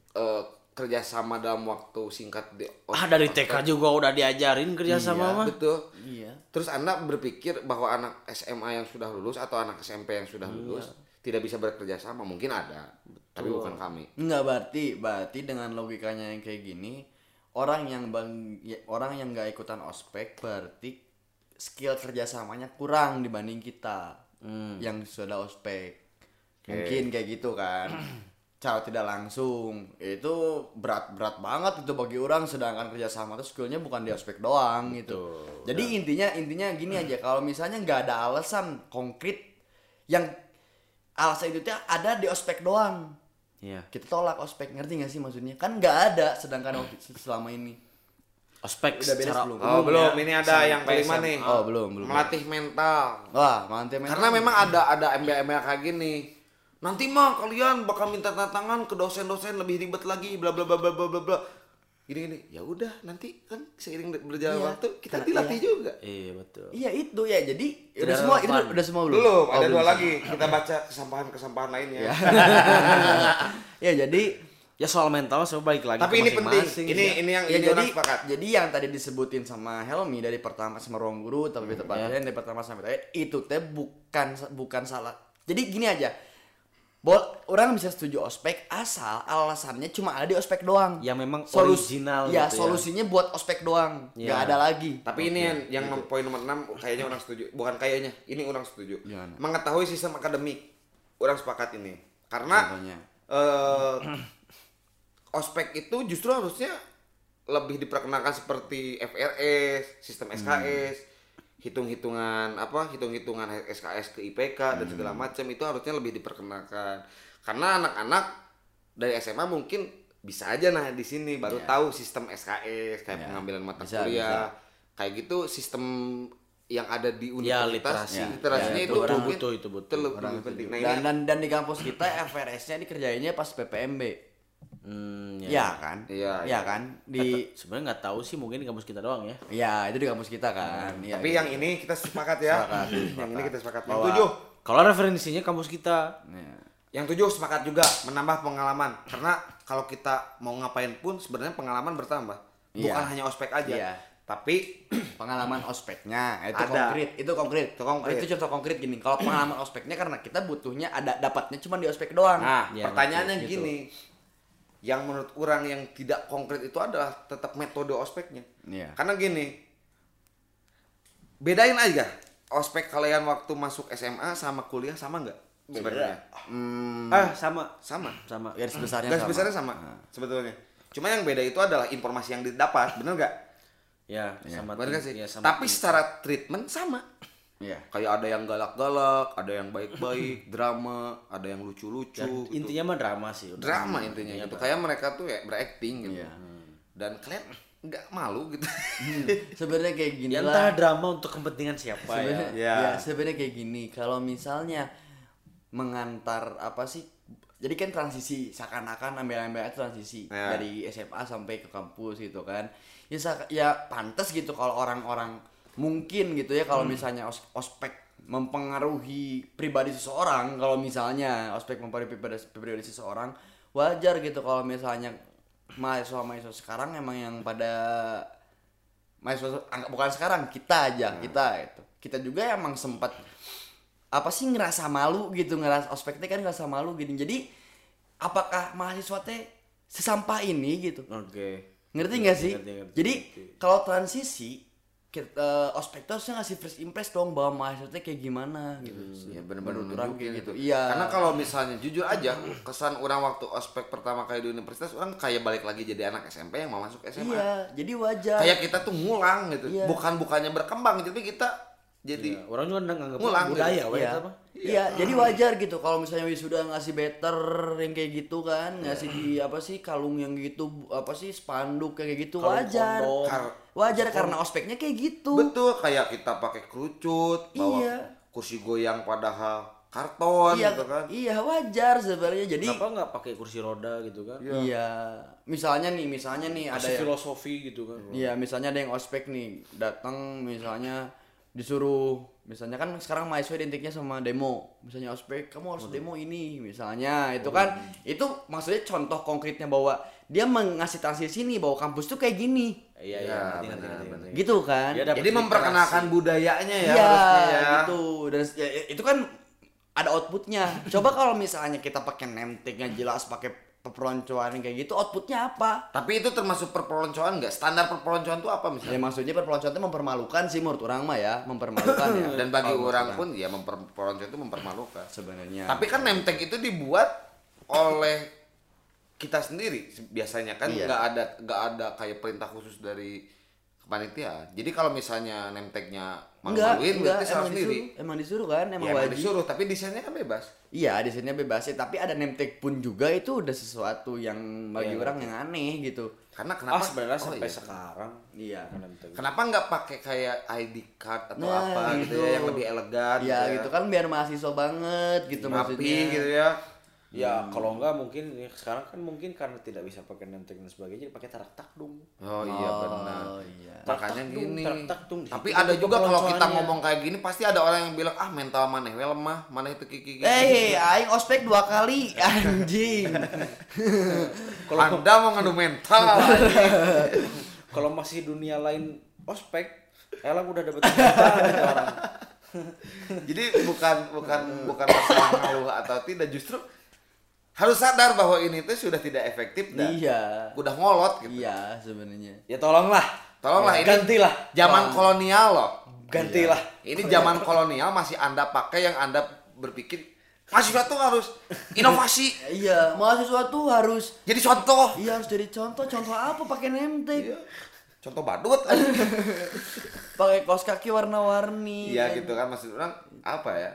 kerjasama dalam waktu singkat di Dari TK juga udah diajarin kerjasama mah. betul. Iya. Terus Anda berpikir bahwa anak SMA yang sudah lulus atau anak SMP yang sudah lulus tidak bisa bekerja sama, mungkin ada, tapi bukan kami. Enggak, berarti dengan logikanya yang kayak gini, orang yang nggak ikutan ospek berarti skill kerjasamanya kurang dibanding kita yang sudah ospek. Mungkin kayak gitu kan. Cara tidak langsung itu berat banget itu bagi orang, sedangkan kerjasama itu skillnya bukan di ospek doang gitu. Jadi intinya gini aja, kalau misalnya nggak ada alasan konkret yang alasan itu tuh ada di ospek doang, Iya. kita tolak ospek. Ngerti nggak sih maksudnya? Kan nggak ada, sedangkan selama ini Ospek Udah beres secara belum? Oh, umum belum. ya. Ini ada yang kelima nih. Oh, belum. Melatih mental. Wah, mantep. Karena memang ada embel-embel kayak gini. Nanti mah kalian bakal minta tantangan ke dosen-dosen lebih ribet lagi bla bla bla bla bla bla bla. Gini. Ya udah, nanti kan seiring berjalan Iya. waktu kita Karena- dilatih juga. Iya, betul. Iya itu ya, jadi Tidak udah semua, itu relevan. udah semua belum? Belum, Oh, ada belum. dua lagi. Kita baca kesampahan lainnya. Ya jadi Ya soal mental coba balik lagi Tapi ke ini penting. masing-masing Ini yang ya ini orang sepakat. jadi yang tadi disebutin sama Helmi dari pertama sama ruang guru tapi tepatnya dari pertama sampai terakhir itu teh bukan salah. Jadi gini aja. Orang bisa setuju ospek asal alasannya cuma ada di ospek doang. Yang memang Solusi- original ya, gitu ya. solusinya buat ospek doang. Ya. Nggak ada lagi. Tapi ini yang poin nomor 6 kayaknya orang setuju. Bukan kayaknya, ini orang setuju. Gimana? Mengetahui sistem akademik. Orang sepakat ini. Karena Contohnya. Ospek itu justru harusnya lebih diperkenalkan seperti FRS, sistem SKS, hitung-hitungan SKS ke IPK dan segala macam itu harusnya lebih diperkenalkan. Karena anak-anak dari SMA mungkin bisa aja di sini baru tahu sistem SKS kayak pengambilan mata Bisa, kuliah. Kayak gitu sistem yang ada di Ya, universitas, literasi. literasinya Ya, itu itu mungkin butuh, itu butuh. lebih penting. Nah, ini Dan di kampus kita FRS-nya dikerjainnya pas PPMB. Ya. Iya kan? Iya, Iya kan? Di Sebenarnya nggak tahu sih, mungkin di kampus kita doang ya. ya itu di kampus kita kan. Iya, tapi gitu. yang ini kita sepakat ya. Sepakat. Yang ini kita sepakat. Yang Bahwa- 7. Kalau referensinya kampus kita, Iya. Yang 7 sepakat juga menambah pengalaman. Karena kalau kita mau ngapain pun sebenarnya pengalaman bertambah. Bukan Iya. hanya ospek aja. Iya. Tapi Pengalaman ospeknya itu Ada. konkret, itu konkret. Itu konkret. Itu contoh konkret gini. Kalau pengalaman ospeknya karena kita butuhnya ada dapatnya cuma di ospek doang. nah, Ya, pertanyaannya betul, gitu. gini. Yang menurut orang yang tidak konkret itu adalah tetap metode ospeknya. Iya. Karena gini. Bedain aja. Ospek kalian waktu masuk SMA sama kuliah sama nggak? Sebenarnya. sama. Sama. Sama. Garis besarnya Garis sama. besarnya sama sebetulnya. Cuma yang beda itu adalah informasi yang didapat, bener nggak? Ya, sama Bener nggak sih? ya, sama Tapi secara treatment sama. Iya. Kayak ada yang galak-galak, ada yang baik-baik, drama, ada yang lucu-lucu. dan gitu. intinya mah drama sih. udah. Drama intinya gitu. Kayak mereka tuh ya berakting gitu. Iya. Dan kalian nggak malu gitu. Sebenarnya kayak gini Ya lah. entah drama untuk kepentingan siapa Sebenarnya ya. ya sebenarnya kayak gini. Kalau misalnya mengantar apa sih? Jadi kan transisi seakan-akan ambil-ambil transisi Ya. dari SMA sampai ke kampus gitu kan. Ya pantas gitu kalau orang-orang mungkin gitu ya kalau misalnya ospek mempengaruhi pribadi seseorang, kalau misalnya ospek mempengaruhi pribadi seseorang, wajar gitu kalau misalnya mahasiswa sekarang emang yang pada mahasiswa bukan sekarang kita aja kita juga emang sempat apa sih ngerasa malu gitu, ngerasa ospeknya kan ngerasa malu gini. Jadi apakah mahasiswa teh sesampah ini gitu? Oke. Ngerti nggak sih? Ngerti. Jadi kalau transisi ospek tuh harusnya ngasih first impress dong bahwa mahasiswa teh kayak gimana gitu. Ya bener-bener Penuturan nunjukin kayak gitu. gitu. Iya. Karena kalau misalnya jujur aja, kesan orang waktu ospek pertama kali di universitas, orang kayak balik lagi jadi anak SMP yang mau masuk SMA. Iya, jadi wajar. Kayak kita tuh ngulang gitu. Iya. Bukannya berkembang, tapi kita jadi Iya, orang juga nganggap ngulang budaya gitu. weh, Iya. itu apa? Iya, jadi wajar gitu kalau misalnya wisuda ngasih better yang kayak gitu kan, ngasih di apa sih kalung yang gitu, apa sih spanduk kayak gitu, Kalung wajar. kondom. Wajar karena ospeknya kayak gitu. betul kayak kita pakai kerucut, bawa Iya. kursi goyang padahal karton Iya, gitu kan. iya wajar sebenarnya. Jadi Kenapa nggak pakai kursi roda gitu kan? iya, misalnya nih ada Kasih yang filosofi gitu kan. iya, misalnya ada yang ospek nih, datang misalnya disuruh, misalnya kan sekarang mahasiswa identiknya sama demo, misalnya ospek kamu harus demo ini misalnya, itu kan itu maksudnya contoh konkretnya bahwa dia mengasih transisi nih bahwa kampus tuh kayak gini Iya, Ya, ngerti. gitu kan. Dia dapat Jadi memperkenalkan budayanya ya Iya, harusnya ya. gitu. Dan itu kan ada outputnya. Coba kalau misalnya kita pakai name tag-nya jelas, pakai peperoncoan kayak gitu, outputnya apa? Tapi itu termasuk perpeloncoan nggak? Standar perpeloncoan itu apa Ya misalnya? maksudnya perpeloncoan itu mempermalukan sih menurut orang mah ya, mempermalukan ya. Dan bagi Kalau menurut orang pun ya perpeloncoan itu mempermalukan. sebenarnya. Tapi kan name tag itu dibuat oleh kita sendiri biasanya kan Iya. nggak ada kayak perintah khusus dari kepanitiaan. Jadi kalau misalnya name tag-nya enggak, malu-maluin berarti salah emang sendiri. disuruh, emang disuruh kan, emang Ya emang wajib. disuruh, tapi desainnya kan bebas. Iya, desainnya bebas sih, tapi ada name tag pun juga itu udah sesuatu yang bagi Iya, orang yang aneh gitu. Karena kenapa? Sebenarnya Oh, sampai iya. sekarang. Iya. Kenapa nggak pakai kayak ID card atau Nah, apa gitu gitu. ya yang lebih elegan Iya gitu kan biar mahasiswa banget gitu rapi maksudnya. gitu ya. Ya kalau enggak mungkin ya, sekarang kan mungkin karena tidak bisa pakai name tag dan sebagainya jadi pakai tarak takdung. Oh iya benar. Oh iya. Makanya Tarak gini. takdung. Tapi ada juga kalau kita Peloncoannya. ngomong kayak gini pasti ada orang yang bilang ah mental maneh we lemah, maneh itu kiki. Aing ospek 2 kali anjing. Anda mau ngadu mental. Kalau masih dunia lain ospek, Elang udah dapet jutaan gitu orang. Jadi bukan masalah ngeluh atau tidak, justru harus sadar bahwa ini tuh sudah tidak efektif dan Iya. udah ngolot gitu. Iya sebenarnya. Ya tolonglah. Tolonglah ini Gantilah. zaman kolonial loh. Gantilah. Ini zaman kolonial masih Anda pakai yang Anda berpikir mahasiswa tuh harus inovasi. Iya, mahasiswa tuh harus Jadi contoh. iya harus jadi contoh. Contoh apa pakai name tag? Contoh badut. Pakai kaos kaki warna-warni. Iya gitu kan maksud orang apa ya?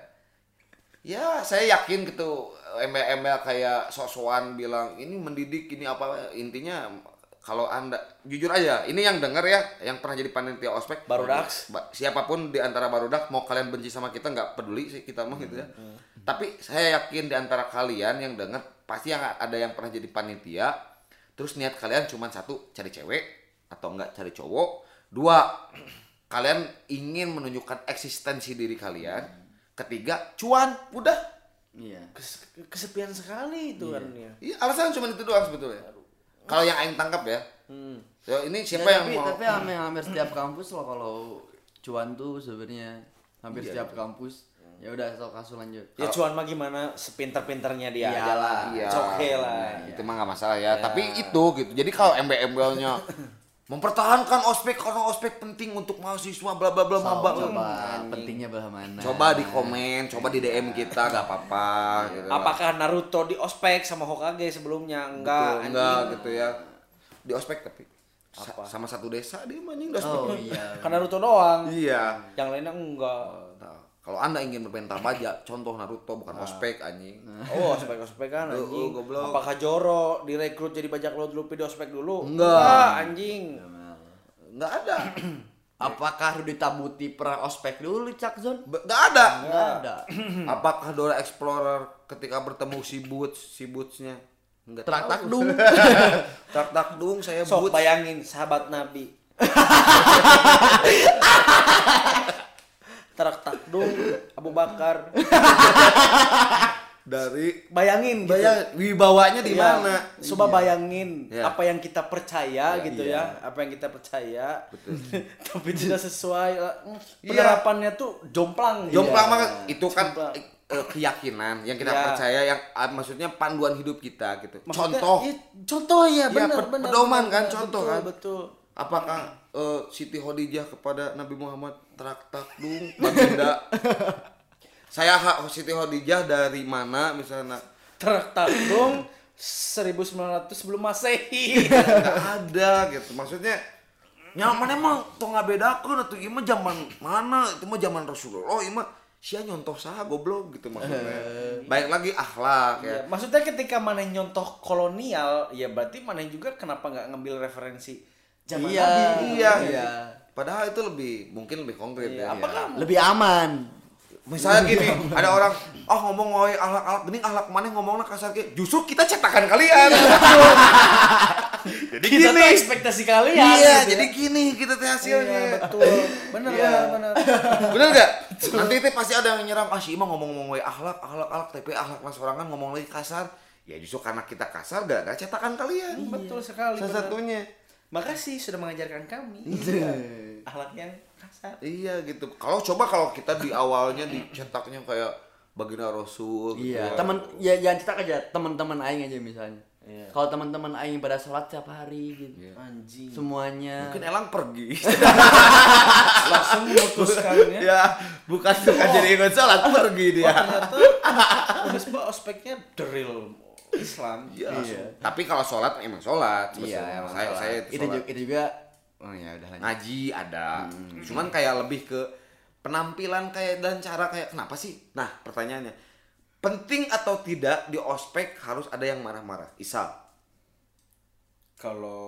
Ya saya yakin gitu embel-embel kayak sok-sokan bilang ini mendidik ini apa intinya kalau Anda jujur aja ini yang denger ya yang pernah jadi panitia ospek Barudaks. siapapun di antara barudak mau kalian benci sama kita nggak peduli sih kita mah gitu ya. Tapi saya yakin di antara kalian yang denger pasti yang ada yang pernah jadi panitia terus niat kalian cuma satu cari cewek atau enggak cari cowok, dua kalian ingin menunjukkan eksistensi diri kalian, ketiga cuan, udah. Iya. Kesepian sekali itu kan ya. Iya alasan cuma itu doang sebetulnya. Kalau yang aing tangkap ya. So, ini siapa Ya, yang mau? tapi hampir setiap kampus loh kalau cuan tuh sebenarnya hampir setiap kampus. Ya udah sok kasus lanjut. Ya cuan mah gimana sepinter-pinternya dia aja lah. Iya. It's okay lah. Itu mah nggak masalah ya. Tapi itu gitu. Jadi kalau embel-embelnya mempertahankan ospek karena ospek penting untuk mahasiswa bla bla bla maba. Coba pentingnya belah mana? Coba di komen, coba di DM kita nggak apa-apa gitu. Apakah Naruto di ospek sama Hokage sebelumnya? Enggak, Enggak anjing. gitu ya. di ospek tapi sama satu desa dia mah anjing di ospek. Oh iya. Kan Naruto doang. Iya. Yang lainnya enggak. Nah, kalau Anda ingin bermain Tabaja, contoh Naruto bukan ospek anjing. Oh, ospek kan anjing. Goblok. Apakah Joro direkrut jadi bajak laut Luffy di ospek dulu? Enggak. Anjing. Enggak ada. Apakah Rudy Tabuti pernah ospek dulu Cak Zon? Enggak ada. Enggak ada. Apakah Dora Explorer ketika bertemu si Boots-nya? Enggak. Trak takdung. Takdung saya Sok Boots. bayangin sahabat Nabi. Trak takdung Abu Bakar. Dari Bayangin gitu. wibawanya di Iya. mana? Coba bayangin Iya. apa yang kita percaya Iya, gitu ya, apa yang kita percaya. Betul. Tapi tidak sesuai. Penerapannya tuh jomplang. Jomplang Iya. mah itu kan Jomplang. keyakinan yang kita Ya. percaya yang maksudnya panduan hidup kita gitu. Maksudnya, Contoh, iya, contoh ya, benar benar. pedoman benar, kan, benar. contoh Betul, kan. Betul. apakah Siti Khadijah kepada Nabi Muhammad trak takdung baginda? Saya Siti Khadijah dari mana misalnya? Trak takdung 1900 sebelum Masehi. Nggak ada gitu. Maksudnya nyaman emang tong ngabedakeun atuh ieu mah zaman mana? Itu mah zaman Rasulullah, ieu mah sia nyontoh saha goblok gitu maksudnya. Baik lagi akhlak ya. Ya, maksudnya ketika mana nyontoh kolonial, ya berarti mana juga kenapa nggak ngambil referensi zaman Iya. Nabi? Iya. Iya. Padahal itu mungkin lebih konkret Iya, ya. apakah Lebih aman. Misalnya gini, ada orang, ngomong woy ahlak-ahlak, bening ahlak mana ngomongnya kasar kayak, justru kita cetakan kalian. Jadi kita tuh gini. ekspektasi kalian? Iya, gitu ya. jadi gini kita teh hasilnya. Iya, betul. Bener, bener. Bener nggak? Nanti teh pasti ada yang nyerang, si Ima ngomong-ngomong woy ahlak, tapi ahlak lah sorangan ngomong lagi kasar. Ya justru karena kita kasar, gara-gara cetakan kalian. Betul sekali. Salah bener. satunya. Makasih sudah mengajarkan kami. Akhlak yang kasar. Iya gitu. Kalau kita di awalnya dicetaknya kayak baginda Rasul gitu. Iya, ya. teman ya jangan cetak aja teman-teman aing aja misalnya. Iya. Kalau teman-teman aing pada sholat tiap hari gitu. Iya. Anjing. Semuanya. Mungkin Elang pergi. Langsung memutuskan ya. Ya, bukan jadi ikut sholat, pergi Oh, dia. ternyata Unisba ospeknya the real Islam. Iya. Tapi kalau sholat emang sholat. Iya, emang saya, sholat. saya itu juga oh ya udah lanjut. ngaji ada. Cuman kayak lebih ke penampilan kayak dan cara kayak kenapa sih? Nah, pertanyaannya, penting atau tidak di ospek harus ada yang marah-marah? Isal. Kalau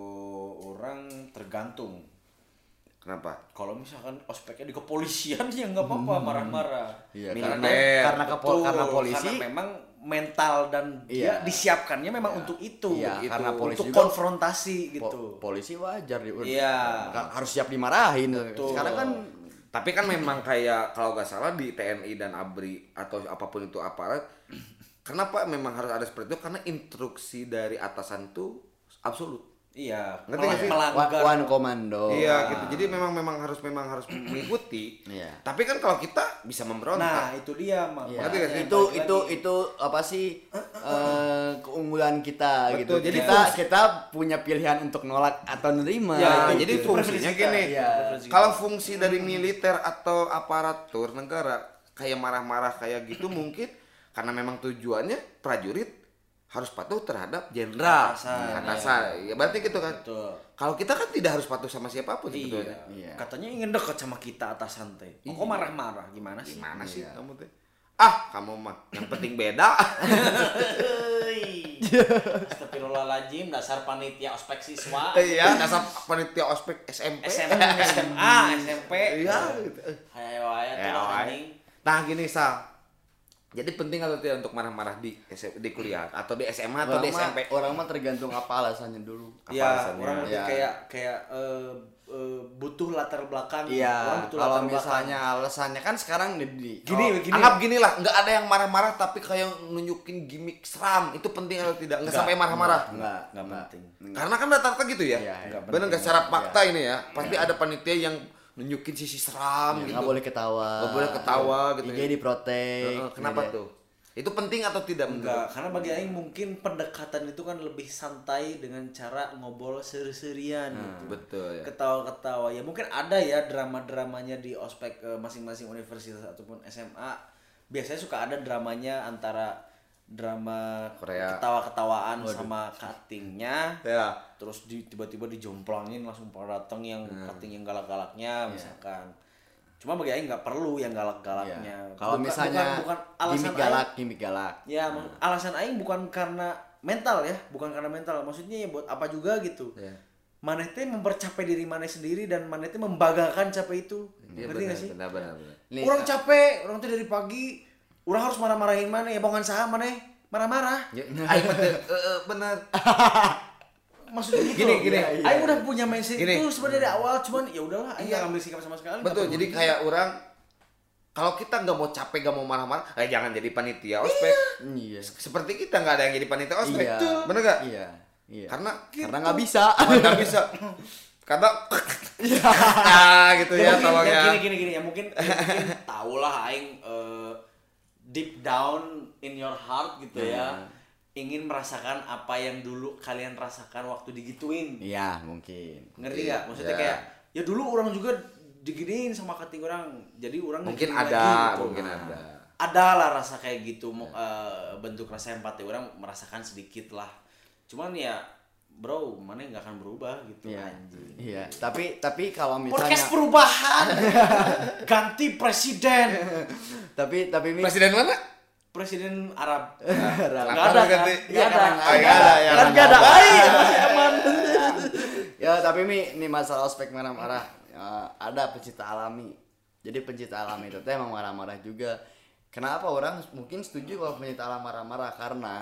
orang tergantung. Kenapa? Kalau misalkan ospeknya di kepolisian ya nggak apa-apa marah-marah. Iya, Militer. Betul, karena polisi karena memang mental dan dia Iya. disiapkannya memang untuk itu. Iya, gitu. karena polisi untuk juga- konfrontasi gitu. polisi wajar Iya. harus siap dimarahin. Betul. Sekarang kan Tapi kan memang kayak kalau nggak salah di TNI dan ABRI atau apapun itu aparat, kenapa memang harus ada seperti itu? Karena instruksi dari atasan itu absolut. Iya, Ngerti nggak sih? melanggar. one komando. Iya gitu. Jadi memang harus mengikuti. Iya. Tapi kan kalau kita bisa Nah, memberontak. itu dia Mak. Iya. Ngerti nggak sih? Itu apa sih keunggulan kita Betul, gitu. jadi kita punya pilihan untuk nolak atau nerima. Ya, itu jadi itu fungsinya preferensi kita. gini. Iya. Kalau fungsi dari militer atau aparatur negara kayak marah-marah kayak gitu mungkin karena memang tujuannya prajurit harus patuh terhadap jenderal, atasan. Ya berarti gitu kan. Betul. Kalau kita kan tidak harus patuh sama siapapun sebetulnya. Iya. Katanya ingin dekat sama kita atasan teh. Kok marah-marah? Gimana sih? Gimana sih Iya. kamu teh? Kamu mah yang penting beda. Astagfirullahaladzim, dasar panitia ospek siswa. Iya, dasar panitia ospek SMP. SMA, SMP. Iya, gitu. Ayo, Ya, tuh anjing. Nah gini Sal, jadi penting atau tidak untuk marah-marah di kuliah atau di SMA atau di SMP? Orang mah tergantung apa alasannya dulu. Ya, alasannya? orang lebih Ya. kayak butuh latar belakang. Orang Iya, butuh kalau latar belakang. misalnya alasannya kan sekarang di Gini. Anggap gini lah, nggak ada yang marah-marah tapi kayak nunjukin gimmick seram, itu penting atau tidak? Nggak sampai marah-marah. Nggak penting. Karena kan rata-rata gitu ya. Iya, iya. Bener nggak secara fakta ini ya? Pasti ada panitia yang nunjukin sisi seram gitu. nggak boleh ketawa. Nggak boleh ketawa gitu IG ya. diprotek. Kenapa Iya. tuh? Itu penting atau tidak menurut? Enggak, karena bagi Aing mungkin pendekatan itu kan lebih santai dengan cara ngobrol seri-serian gitu. Betul ya. Ketawa-ketawa. Ya mungkin ada ya drama-dramanya di ospek masing-masing universitas ataupun SMA. Biasanya suka ada dramanya antara drama Korea. ketawa-ketawaan sama cuttingnya, Ya. terus tiba-tiba dijomplangin langsung pada datang yang cutting yang galak-galaknya misalkan. Cuma bagi Aing nggak perlu yang galak-galaknya. Kalau misalnya bukan alasan gimmick galak. Ya, alasan Aing bukan karena mental ya, bukan karena mental. Maksudnya ya buat apa juga gitu. Ya. Maneh teh mempercapai diri maneh sendiri dan maneh teh membanggakan capek itu. Iya, Ngerti nggak sih? benar. Nih, Orang capek, orang tuh dari pagi, orang harus marah-marahin mana ya, bongan saham mana marah-marah. Ya, aing mah teu bener. Maksudnya gitu. Gini. Aing udah punya mindset Gini. itu sebenarnya dari awal, cuman ya udahlah, Aing Iya. nggak ngambil sikap sama sekali. Betul, nggak jadi perlu. kayak orang kalau kita nggak mau capek, nggak mau marah-marah, jangan jadi panitia ospek. Iya. Seperti kita nggak ada yang jadi panitia ospek. Iya. Bener nggak? Iya. Karena nggak bisa. nggak bisa. Karena nah gitu ya, tolong ya. Gini ya mungkin tau lah Aing deep down in your heart gitu ya, ingin merasakan apa yang dulu kalian rasakan waktu digituin. Iya, mungkin. Ngerti nggak? Maksudnya Iya. kayak ya dulu orang juga diginiin sama cutting orang, jadi orang Mungkin diginiin ada, lagi gitu. mungkin ada. Ada lah rasa kayak gitu, bentuk rasa empati orang merasakan sedikit lah. Cuman ya bro, mana nggak akan berubah gitu. Iya. Anjing. Iya, tapi kalau misalnya Podcast perubahan ganti presiden. tapi Mi, Presiden mana? Presiden Arab. Kenapa Nggak ada harus kan? ganti? Nggak ada. Nggak ada, ya. Kan nggak ada. Masih aman. ya tapi Mi, ini masalah ospek marah-marah ada pencipta alami. Jadi pencipta alami itu teh emang marah-marah juga. Kenapa orang mungkin setuju kalau pencipta alam marah-marah karena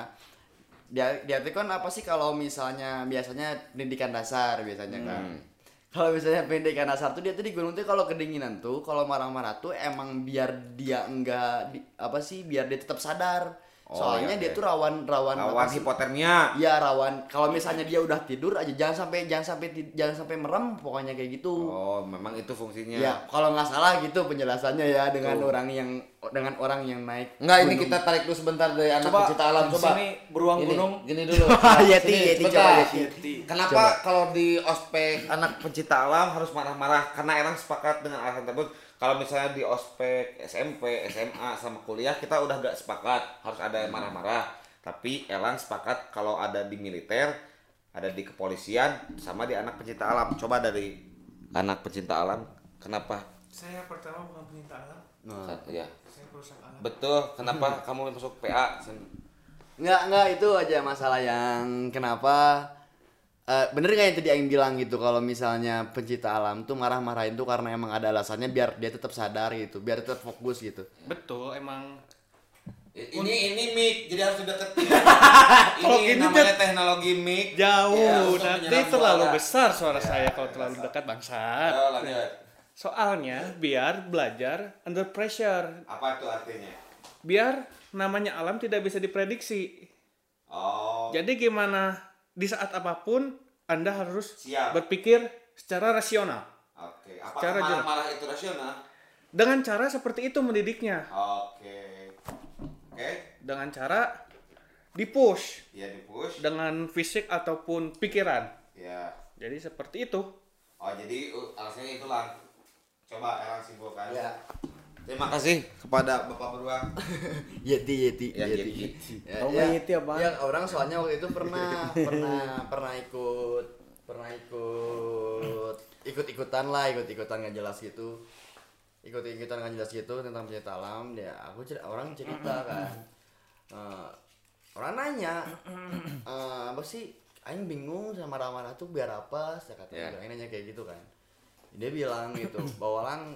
dia itu kan apa sih kalau misalnya biasanya pendidikan dasar biasanya kan. Kalau misalnya pendidikan dasar tuh dia tuh di gunung tuh kalau kedinginan tuh kalau marah-marah tuh emang biar dia enggak biar dia tetap sadar. Oh, Soalnya iya, dia iya. tuh rawan apa sih? hipotermia. Iya rawan. Kalau misalnya dia udah tidur aja jangan sampai merem pokoknya kayak gitu. Oh, memang itu fungsinya. Ya, kalau nggak salah gitu penjelasannya ya dengan orang yang naik. Enggak, ini gunung. kita tarik dulu sebentar dari anak Coba pencipta alam. di Coba. sini beruang Gini, gunung. Gini dulu. Yeti, Sini, Yeti, sebentar. coba Yeti. Kenapa kalau di ospek anak pencipta alam harus marah-marah? Karena orang sepakat dengan alasan tersebut. Kalau misalnya di ospek SMP, SMA sama kuliah kita udah gak sepakat harus ada yang marah-marah. Tapi Elang sepakat kalau ada di militer, ada di kepolisian, sama di anak pecinta alam. Coba dari anak pecinta alam, kenapa? Saya pertama bukan pecinta alam, Ya, saya perusak alam. betul. Kenapa kamu masuk PA? Nggak itu aja masalah yang kenapa bener nggak yang tadi Aing bilang gitu kalau misalnya pencipta alam tuh marah-marahin tuh karena emang ada alasannya biar dia tetap sadar gitu, biar tetap fokus gitu. Betul, emang Ini mic, jadi harus dideketin. Kalau Ini gini namanya teknologi mic. jauh, Ya, untuk nanti penyerap terlalu suara. besar suara saya kalau terlalu dekat bangsat. Ayo, lanjut. Soalnya biar belajar under pressure, Apa itu artinya? biar namanya alam tidak bisa diprediksi. Oh, Jadi gimana di saat apapun Anda harus Siap. berpikir secara rasional. oke. Secara Apakah jelas. marah-marah itu rasional? Dengan cara seperti itu mendidiknya. Oke. Oke. Dengan cara di-push Ya di-push. dengan fisik ataupun pikiran. Ya. Jadi seperti itu. Oh, jadi alasannya itulah. Coba Elang simpulkan. Ya. Terima kasih kepada Bapak Beruang. Yeti. Ya, Yeti. Ya, Tahu nggak Yeti apaan? Ya, orang soalnya waktu itu pernah ikut-ikutan nggak jelas gitu. Ikut-ikutan nggak jelas gitu tentang pencipta alam. Ya, orang cerita kan. Orang nanya, apa sih? Aing bingung sama marah-marah tuh biar apa? Saya kata, Ya. Aing nanya kayak gitu kan. Dia bilang gitu, bahwa orang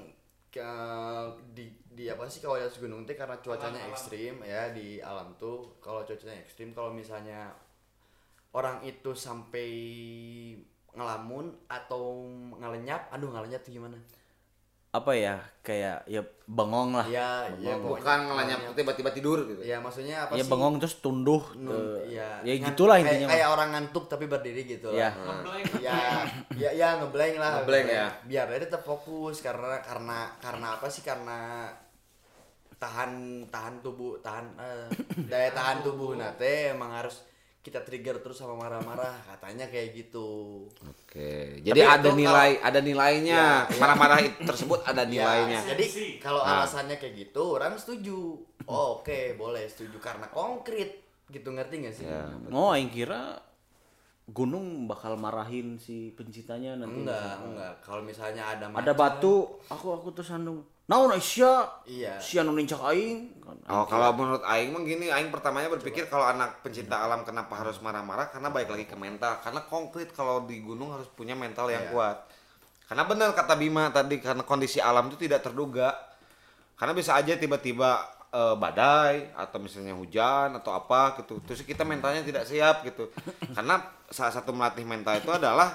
di apa sih kalau di atas gunung teh karena cuacanya ekstrim ya di alam tuh kalau cuacanya ekstrim kalau misalnya orang itu sampai ngelamun atau ngelenyap tuh gimana Apa ya, kayak ya bengong lah. ya Bukan ngelanyap tiba-tiba tidur gitu. ya maksudnya apa Ya sih bengong terus tunduh. ya Gitulah intinya. kayak orang ngantuk tapi berdiri gitu Ya. lah ya ngeblank lah Ngeblank ya. biar dia tetap fokus karena apa sih karena tahan tubuh daya tahan tubuh nate emang harus kita trigger terus sama marah-marah, katanya kayak gitu. Oke. Jadi Tapi ada itu ada nilainya. Marah-marah tersebut ada nilainya. Ya, jadi kalau alasannya kayak gitu orang setuju. Oh, oke, boleh setuju karena konkret gitu, ngerti gak sih? Ya. Oh, aing kira gunung bakal marahin si penciptanya nanti. Enggak. Kalau misalnya ada Ada batu, aku terus sandung. Naon sia? Iya. Sia nu nincak aing. Oh, kalau menurut aing mah gini, aing pertamanya berpikir kalau anak pencinta alam kenapa harus marah-marah, karena balik lagi ke mental. Karena konkret kalau di gunung harus punya mental yang kuat. Karena benar kata Bima tadi, karena kondisi alam itu tidak terduga. Karena bisa aja tiba-tiba badai atau misalnya hujan atau apa gitu. Terus kita mentalnya tidak siap gitu. Karena salah satu melatih mental itu adalah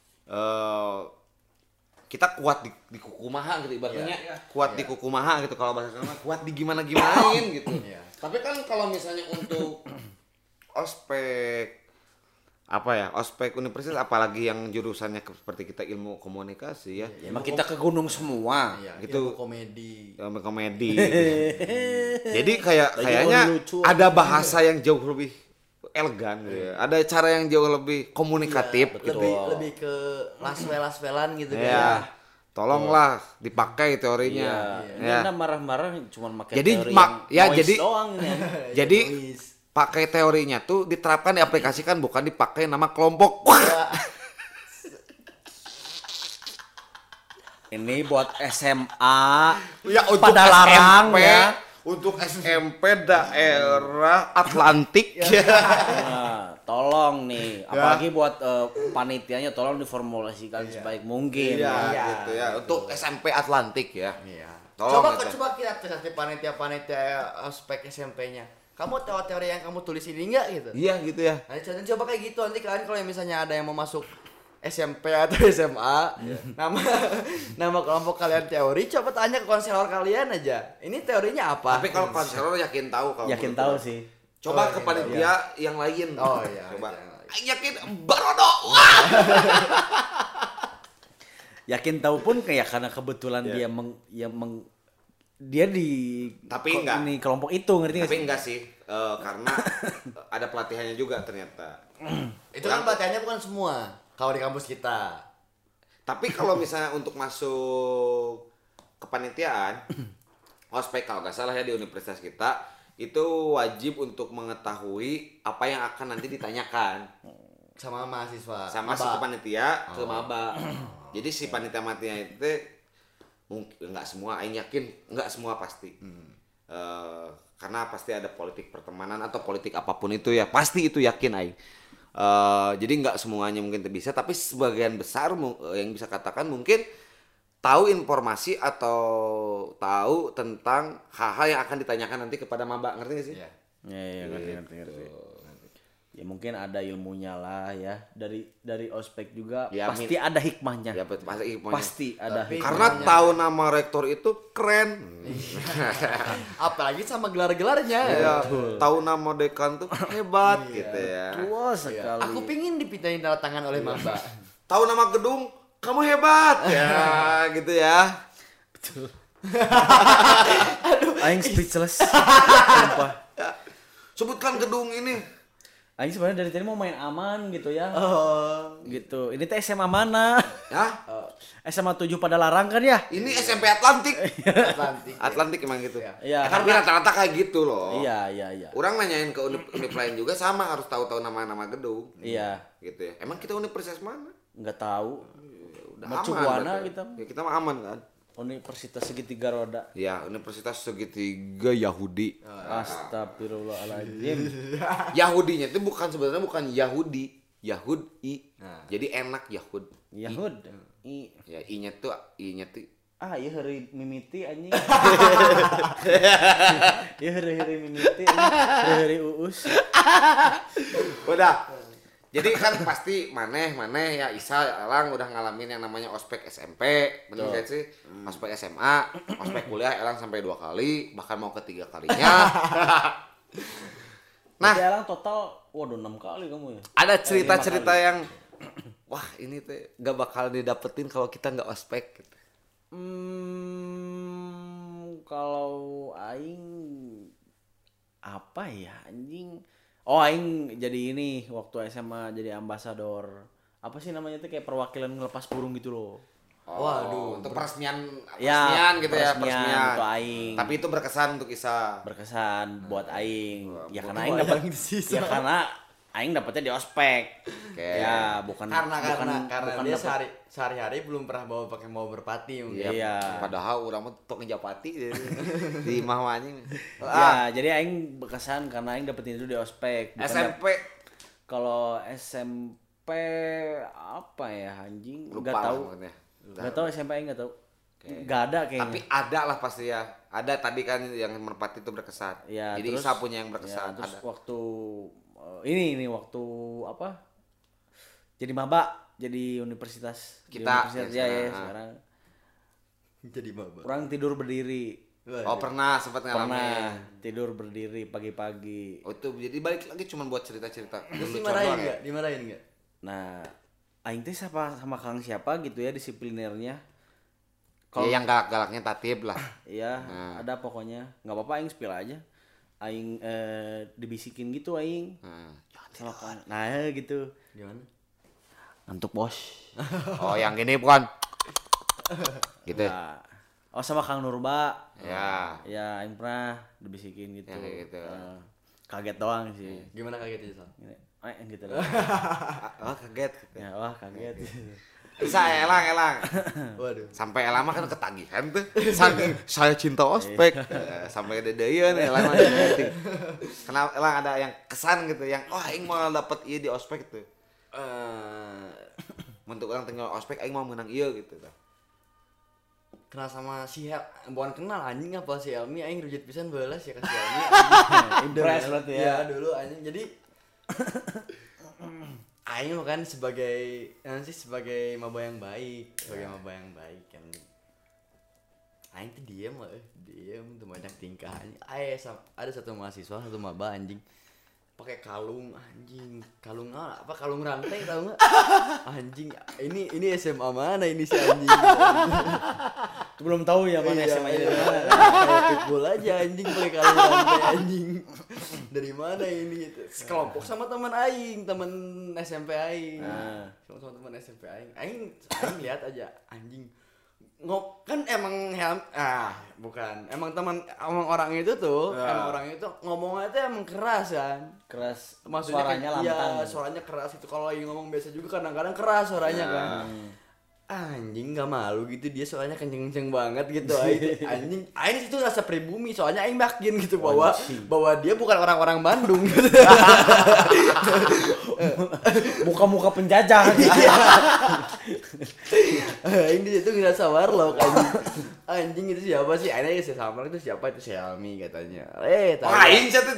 kita kuat di kuku maha gitu ibaratnya. Kuat di kuku maha gitu kalau bahasa Sunda, kuat di gimanain gitu. Tapi kan kalau misalnya untuk ospek ospek universitas, apalagi yang jurusannya seperti kita ilmu komunikasi ya. Emang kita ke gunung semua. Gitu. Ilmu komedi. Ilmu komedi. Gitu. Jadi kayaknya ada bahasa yang jauh lebih elegan gitu ya. Ada cara yang jauh lebih komunikatif gitu. Lebih ke laswelan gitu Ya. Tolonglah dipakai teorinya. Ini anda marah-marah cuma pakai Jadi teori ya yang jadi doang ya. jadi pakai teorinya tuh diterapkan, diaplikasikan, bukan dipakai nama kelompok. Ini buat SMA. Ya untuk pada larang SMP, ya. untuk SMP daerah Atlantik. Nah, tolong nih, apalagi buat panitianya tolong diformulasikan sebaik mungkin. Gitu ya. Untuk SMP Atlantik ya. Coba Tolong kita tes nanti panitia ospek SMP-nya. Kamu tahu teori yang kamu tulis ini enggak gitu? Iya gitu ya. Nah, coba kayak gitu nanti kalian kalau misalnya ada yang mau masuk SMP atau SMA, nama kelompok kalian teori, coba tanya ke konselor kalian aja. Ini teorinya apa? Tapi kalau konselor yakin tahu kalau Yakin menurut tahu gua. sih. Coba ke panitia yang lain. Oh iya. Coba. iya. Yakin Barodo. Wah. Yakin tahu pun kayak karena kebetulan dia di Tapi enggak. ini kelompok itu, ngerti nggak Tapi sih? enggak sih, karena ada pelatihannya juga ternyata. Itu kan pelatihannya bukan semua. Kalau di kampus kita. Tapi kalau misalnya untuk masuk kepanitiaan, ospek kalau nggak salah ya di universitas kita, itu wajib untuk mengetahui apa yang akan nanti ditanyakan Sama mahasiswa. sama si panitia ke maba. Jadi si panitia itu mungkin nggak semua, aing yakin nggak semua pasti. Karena pasti ada politik pertemanan atau politik apapun itu ya, pasti itu yakin aing. Jadi nggak semuanya mungkin bisa, tapi sebagian besar yang bisa katakan mungkin tahu informasi atau tahu tentang hal-hal yang akan ditanyakan nanti kepada maba, ngerti nggak sih? Iya, ngerti. Ya mungkin ada ilmunya lah ya. Dari ospek juga Ya, pasti ada hikmahnya. Ya pasti Pasti ada Tapi- hikmah. Karena tahu nama rektor itu keren. Apalagi sama gelar-gelarnya. Ya, tahu nama dekan tuh hebat gitu ya. Tua sekali. Aku pingin dipindahin tanda tangan oleh maba. Tahu nama gedung, kamu hebat. Ya, gitu ya. Aing speechless. Sumpah. Sebutkan gedung ini. Aing sebenarnya dari tadi mau main aman gitu ya. Oh. Gitu. Ini teh SMA mana? Ya, SMA 7 pada larang kan ya? ini SMP Atlantik. Atlantik. Atlantik emang gitu. Iya. Tapi rata-rata kayak gitu loh. Iya. Orang nanyain ke univ lain juga sama, harus tahu-tahu nama-nama gedung. Iya. Gitu ya. Emang kita universitas mana? Enggak tahu. Udah Mercubuana berarti. kita. Ya, kita mah aman kan? Universitas segitiga roda. Ya, Universitas Segitiga Yahudi. Astagfirullahaladzim. Yahudinya itu sebenarnya bukan Yahudi, Yahudi. Jadi enak Yahud. Yahud. Ya I-nya tuh Iya hari mimiti anjing. Iya hari mimiti anjing. Hari uus. udah. Jadi kan pasti maneh ya Isa Elang udah ngalamin yang namanya ospek SMP, bener gak sih? Ospek SMA, ospek kuliah Elang sampai 2 kali, bahkan mau ketiga kalinya. Nah, Elang total 6 kali kamu ya. Ada cerita-cerita yang wah ini tuh gak bakal didapetin kalau kita nggak ospek gitu. Kalau aing apa ya anjing, Oh, aing jadi ini waktu SMA jadi ambasador. Apa sih namanya tuh kayak perwakilan ngelepas burung gitu loh. Waduh, untuk peresmian Ya, gitu ya, peresmian itu aing. Tapi itu berkesan untuk Isa. Berkesan buat aing. Ya karena aing Kebayang dapat sih, ya karena aing dapatnya di ospek. Oke. Ya, bukan karena bukan dia dapet- sehari-hari belum pernah pakai bawa merpati mungkin. Iya. Padahal orang mah tok ngejapati di mah anjing. Ya, jadi aing berkesan karena aing dapetin itu di ospek. Bukan SMP kalau SMP apa ya anjing? lupa Enggak lah tahu. pokoknya. Enggak tahu SMP aing enggak tahu. Enggak ada kayaknya. Tapi ada lah pasti ya. Ada tadi kan yang merpati itu berkesan. Ya, Jadi terus- Isa punya yang berkesan. Ya, terus ada. waktu ini waktu apa? Jadi maba, jadi universitas. Di Kita, universitas ya, ya, sekarang. sekarang. Jadi maba. Kurang tidur berdiri. Oh pernah sempat ngalamin. Pernah tidur berdiri pagi-pagi. Oh itu jadi balik lagi cuma buat cerita-cerita. Terus Lucu dimarahin doang ya? enggak? Dimarahin enggak? Nah, aing teh sama Kang siapa gitu ya disiplinernya. Ya yang galak-galaknya tatib lah. Iya, Nah. ada pokoknya. Nggak apa-apa aing spill aja. Aing dibisikin gitu aing. Nah. Sama Kang. Nah, gitu. Gimana? Ngantuk, Bos. Oh yang gini bukan. Gitu. Nah, oh sama Kang Nurba. Ya. Ya, aing pernah dibisikin gitu. Ya, kayak gitu. Kaget doang sih. Gimana kagetnya, Sal? Gitu dah. Oh kaget. Gitu. Ya, wah kaget. Bisa elang. Waduh. Sampai elang mah kan ketagihan tuh. Saking saya cinta ospek. Sampai dedeun elang mah. Kenapa elang ada yang kesan gitu yang wah aing mau dapat ieu di ospek gitu. Untuk orang tinggal ospek aing mau menang ieu gitu. Kenal sama si bukan kenal anjing apa si Helmi aing rujit pisan balas ya ke si Helmi. Impress berarti ya. Iya, dulu anjing. Jadi aing mah kan sebagai sebagai maba yang baik, kan. Aing tuh diem tuh banyak tingkah anjing. Ada satu mahasiswa, satu maba anjing. Pakai kalung anjing, kalung rantai tau nggak? Anjing, ini SMA mana ini si anjing? Belum tahu ya mana Iya, SMA iya. dari mana. Kayak pitbull aja anjing pakai kalung rantai anjing. Dari mana ini gitu. Sekelompok sama teman aing, teman SMP aing. Sama teman SMP aing. Aing lihat aja anjing. Kan emang emang orang itu tuh, emang orang itu ngomongnya tuh emang keras kan. Keras. Maksudnya Suaranya kan, lantang. iya, suaranya keras itu. Kalau lagi ngomong biasa juga kadang-kadang keras suaranya kan. Anjing nggak malu gitu dia soalnya kenceng-kenceng banget gitu anjing itu rasa pribumi soalnya aing yakin gitu bahwa dia bukan orang-orang Bandung gitu. Muka-muka penjajah gitu. Aing di situ ngerasa warlock anjing itu siapa sih akhirnya si Samar itu siapa itu Xiaomi katanya Aing catet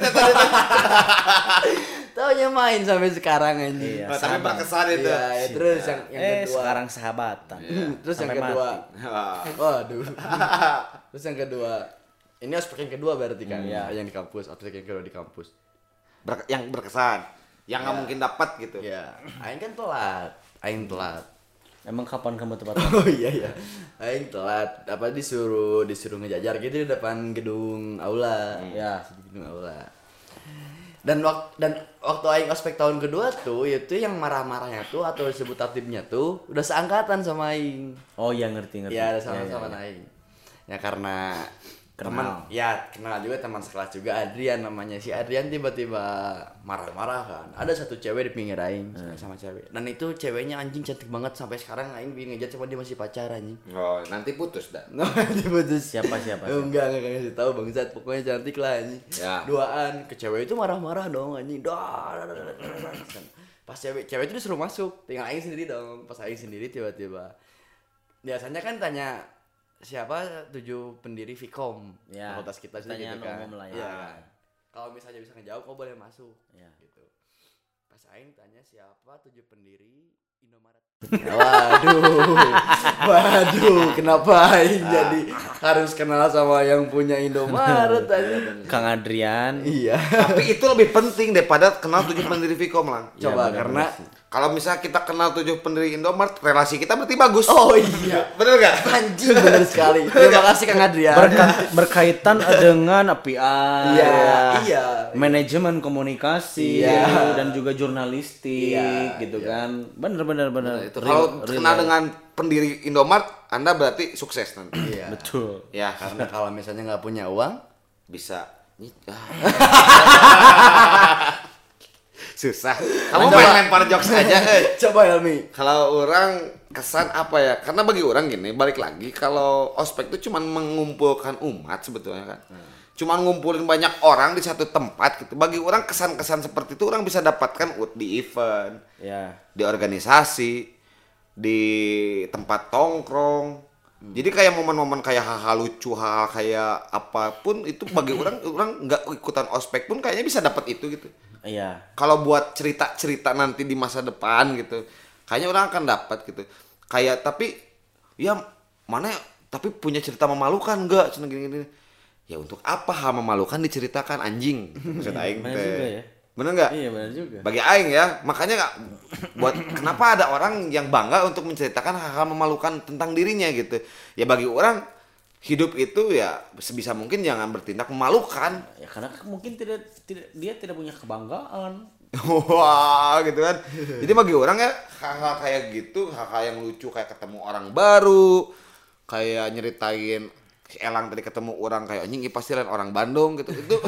taunya main sampai sekarang anjing. Iya, tapi berkesan itu. Iya, terus yang kedua sekarang sahabatan. terus yang Sampai kedua mati. waduh. Terus yang kedua, ini ospek yang kedua berarti kan? Iya. Yang di kampus, ospek yang kedua di kampus. Yang berkesan, yang nggak mungkin dapat gitu. Ya, aing kan telat. Emang kapan kamu tepat? Oh iya. Aing telat. Apa disuruh ngejajar gitu di depan gedung aula. Ya. Di gedung aula. Dan waktu aing ospek tahun kedua tuh, itu yang marah-marahnya tuh atau disebut tatibnya tuh udah seangkatan sama aing. Oh iya ngerti. Iya, ada sama-sama aing. Ya karena kenal juga teman sekelas juga Adrian namanya. Si Adrian tiba-tiba marah-marah kan. Ada satu cewek di pinggir aing sama cewek. Dan itu ceweknya anjing cantik banget sampai sekarang aing bingung ngejat sama dia masih pacaran anjing. Oh, nanti putus dah. Diputus. Siapa? Enggak ngasih tahu bangsat, pokoknya cantik lah anjing. Ya. Duaan ke cewek itu marah-marah dong anjing. Pas cewek itu disuruh masuk, tinggal aing sendiri dong. Pas aing sendiri tiba-tiba biasanya kan tanya siapa 7 pendiri Vkom Ya, fakultas kita sih pertanyaan gitu kan. umum lah ya. Iya. Kalau misalnya bisa ngejawab kau boleh masuk. Ya. Gitu. Pas aing tanya siapa 7 pendiri Waduh, kenapa Aing jadi harus kenal sama yang punya Indomaret aja? Kang Adrian. Iya. Tapi itu lebih penting daripada kenal 7 pendiri Vicom lang. Coba karena Kalau misalnya kita kenal 7 pendiri Indomaret, relasi kita berarti bagus. oh iya, Bener gak? anjing bener sekali. Terima kasih Kang Adrian. Berkaitan dengan API, Iya. manajemen komunikasi, Iya. dan juga jurnalistik, Iya, gitu iya. kan. Bener. Itu kalau kenal dengan pendiri Indomaret, Anda berarti sukses nanti. Iya. Betul. Ya, Karena kalau misalnya nggak punya uang, bisa. Susah. Kamu main lempar jokes aja, coba Helmi. Kalau orang kesan apa ya? Karena bagi orang gini, balik lagi kalau ospek itu cuma mengumpulkan umat sebetulnya kan. Cuma ngumpulin banyak orang di satu tempat gitu. Bagi orang kesan-kesan seperti itu orang bisa dapatkan di event, Ya. di organisasi, di tempat tongkrong. Jadi kayak momen-momen kayak hal-hal lucu, hal kayak apapun itu bagi orang nggak ikutan ospek pun kayaknya bisa dapat itu gitu. Iya. Kalau buat cerita-cerita nanti di masa depan gitu, kayaknya orang akan dapat gitu. Kayak tapi ya mana ya, tapi punya cerita memalukan enggak gini-gini. Ya untuk apa hal memalukan diceritakan anjing? Maksud aing Bener teh. juga ya. Bener enggak? Iya, benar juga. Bagi aing ya, makanya nggak buat kenapa ada orang yang bangga untuk menceritakan hal-hal memalukan tentang dirinya gitu. Ya bagi orang hidup itu ya sebisa mungkin jangan bertindak memalukan. Ya karena mungkin dia tidak punya kebanggaan. Wah gitu kan. Jadi bagi orang ya hal-hal kayak gitu, hal-hal yang lucu kayak ketemu orang baru, kayak nyeritain si Elang tadi ketemu orang kayak anjing ini pasti lain orang Bandung gitu itu.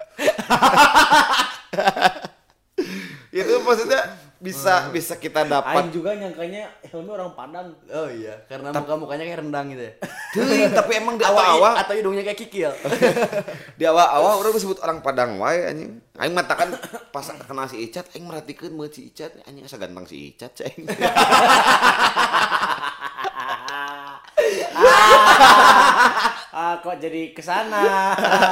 Itu maksudnya bisa kita Aing dapat. juga nyangkanya Helmi orang Padang. Oh iya, karena muka-mukanya kayak rendang gitu ya. Teuing, tapi emang di awal-awal Atau hidungnya kayak kikil. di awal-awal orang disebut orang Padang wae anjing. Aing matakan pas kenal si Icat aing merhatikeun meuh si Icat anjing asa ganteng si Icat cing. Kok jadi kesana?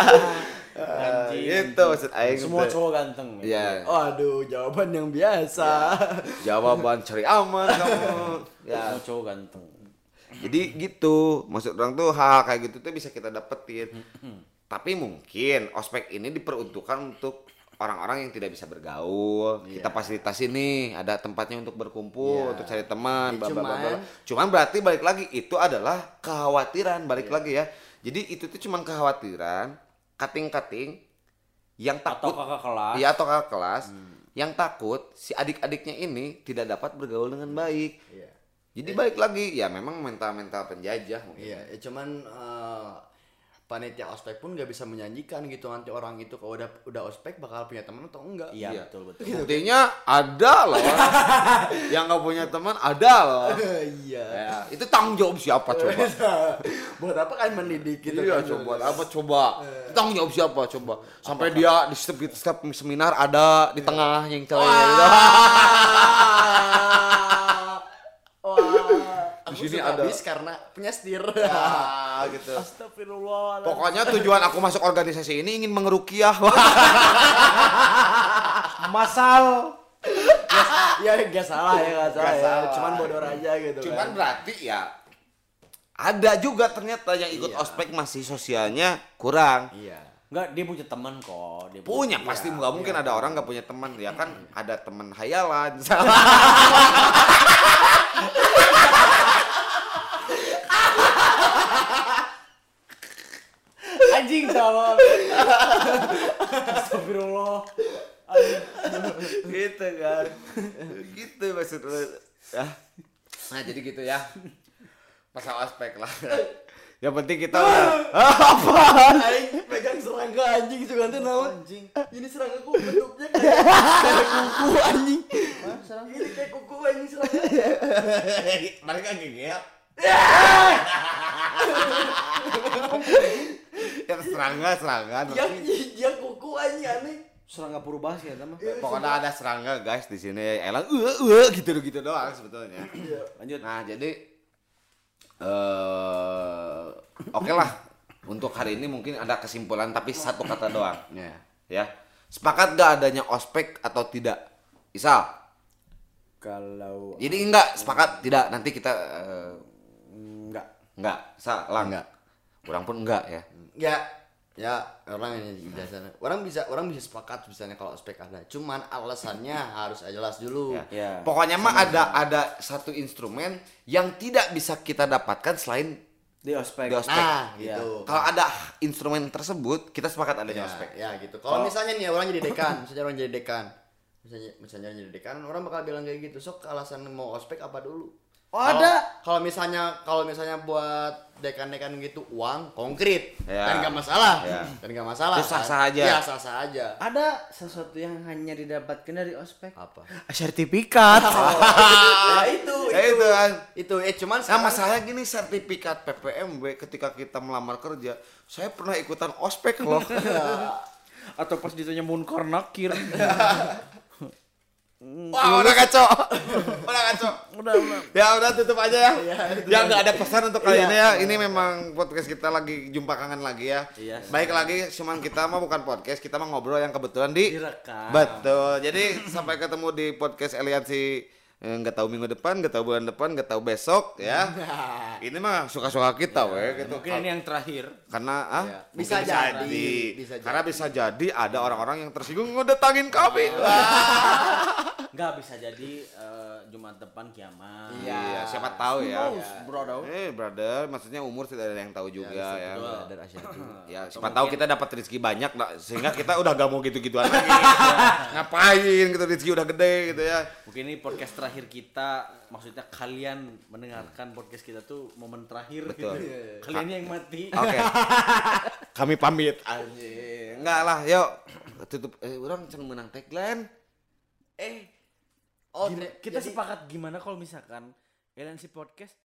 Gitu maksud aing. Semua teh. cowok ganteng. Iya. Waduh, jawaban yang biasa. Jawaban cari aman kamu. Ya. Semua cowok ganteng. Jadi gitu, maksud orang tuh hal kayak gitu tuh bisa kita dapetin. Tapi mungkin ospek ini diperuntukkan untuk orang-orang yang tidak bisa bergaul. Kita fasilitasi nih, ada tempatnya untuk berkumpul, untuk cari teman, bla bla bla bla. Cuman berarti balik lagi itu adalah kekhawatiran, balik lagi ya. Jadi itu tuh cuman kekhawatiran kating-kating yang Atau takut kakak kelas. Iya atau kakak kelas yang takut si adik-adiknya ini tidak dapat bergaul dengan baik. Iya. Jadi balik lagi ya memang mental-mental penjajah mungkin. Iya, ya cuman panitia ospek pun nggak bisa menjanjikan gitu nanti orang itu kalau udah ospek bakal punya teman atau enggak. Iya, betul. Buktinya ada loh. Yang nggak punya teman ada loh. Iya. Ya, itu tanggung jawab siapa coba? Buat apa kan mendidik gitu Iya kan? coba apa coba? Tanggung jawab siapa coba? Sampai dia di setiap seminar ada di tengah yang celeng gitu. Di sini sini ada. habis karena punya setir. Ah, gitu. Astagfirullah. Pokoknya tujuan aku masuk organisasi ini ingin mengerukiah. Masal. Ya nggak salah ya nggak salah Nggak ya. salah. Cuman bodor aja gitu. Cuman kan. berarti ya ada juga ternyata yang ikut ospek masih sosialnya kurang. Iya. Enggak, dia punya teman kok. Dia Punya pasti nggak mungkin ada orang nggak punya teman ya kan ada teman hayalan. Anjing tolol. Astagfirullah. Gitu kan. Gitu maksud lu. Ya. Nah jadi gitu ya. Pasal ospek lah. Yang penting kita udah Aing pegang serangga anjing itu ganti naon? Anjing. Ini seranggaku bentuknya kayak kuku anjing. Ini kayak kuku anjing serangga. mereka gini ya. Ya serangga. Yang kuku anjing aneh. Serangga purba sih ya, mah. Pokoknya ada serangga guys di sini. Elang gitu doang sebetulnya. Lanjut. Nah, jadi oke lah. Untuk hari ini mungkin ada kesimpulan tapi satu kata doang. Ya. Sepakat gak adanya ospek atau tidak? Isal. Kalau Jadi enggak sepakat tidak nanti kita enggak salah. Enggak. Orang pun enggak ya. ya orang ini biasanya orang bisa sepakat misalnya kalau ospek ada, cuman alasannya harus jelas dulu. Ya. Pokoknya mah ada satu instrumen yang tidak bisa kita dapatkan selain Di ospek. di ospek. Nah, Iya. gitu. Kalau ada instrumen tersebut, kita sepakat adanya Ya, ospek. ya gitu. Kalau misalnya nih orang jadi dekan, misalnya jadi dekan, orang bakal bilang kayak gitu. Sok alasan mau ospek apa dulu? Oh, ada. Kalau misalnya buat dekan-dekan gitu uang konkret, Ya. kan nggak masalah. Ya. Kan nggak masalah. Itu sah-sah kan? aja. Iya, sah-sah aja. Ada sesuatu yang hanya didapatkan dari ospek. Apa? Sertifikat. Ya itu kan. cuman Nah, sekarang masalahnya gini, sertifikat PPMB ketika kita melamar kerja, saya pernah ikutan ospek loh. Atau pas ditanya munkar nakir. Wah, udah kacau. Udah. Ya udah tutup aja ya. Ya nggak ada pesan untuk kali ini ya. Ini memang podcast kita lagi jumpa kangen lagi ya. Iya. Baik lagi, cuman kita mah bukan podcast, kita mah ngobrol yang kebetulan Direkam. Betul. Jadi sampai ketemu di podcast Aliansi. Nggak tahu minggu depan, nggak tahu bulan depan, nggak tahu besok ya. Ini mah suka-suka kita gitu. Mungkin ini yang terakhir. Karena Bisa mungkin jadi. Karena bisa jadi ada orang-orang yang tersinggung ngedatangin kami. Nggak bisa jadi Jumat depan kiamat. Iya, siapa tahu ya. Bro. Brother, maksudnya umur tidak ada yang tahu juga ya. dari Asia itu. Ya, siapa tahu kita dapat rezeki banyak lah, sehingga kita udah gak mau gitu-gituan lagi. Ngapain gitu, rezeki udah gede gitu ya. Mungkin ini podcast terakhir kita, maksudnya kalian mendengarkan podcast kita tuh momen terakhir. Betul. Gitu. Kalian yang mati. Oke. Kami pamit. Anjing. Enggak lah, yuk. Tutup orang cenah menang tagline. Kita sepakat gimana kalau misalkan LNC Podcast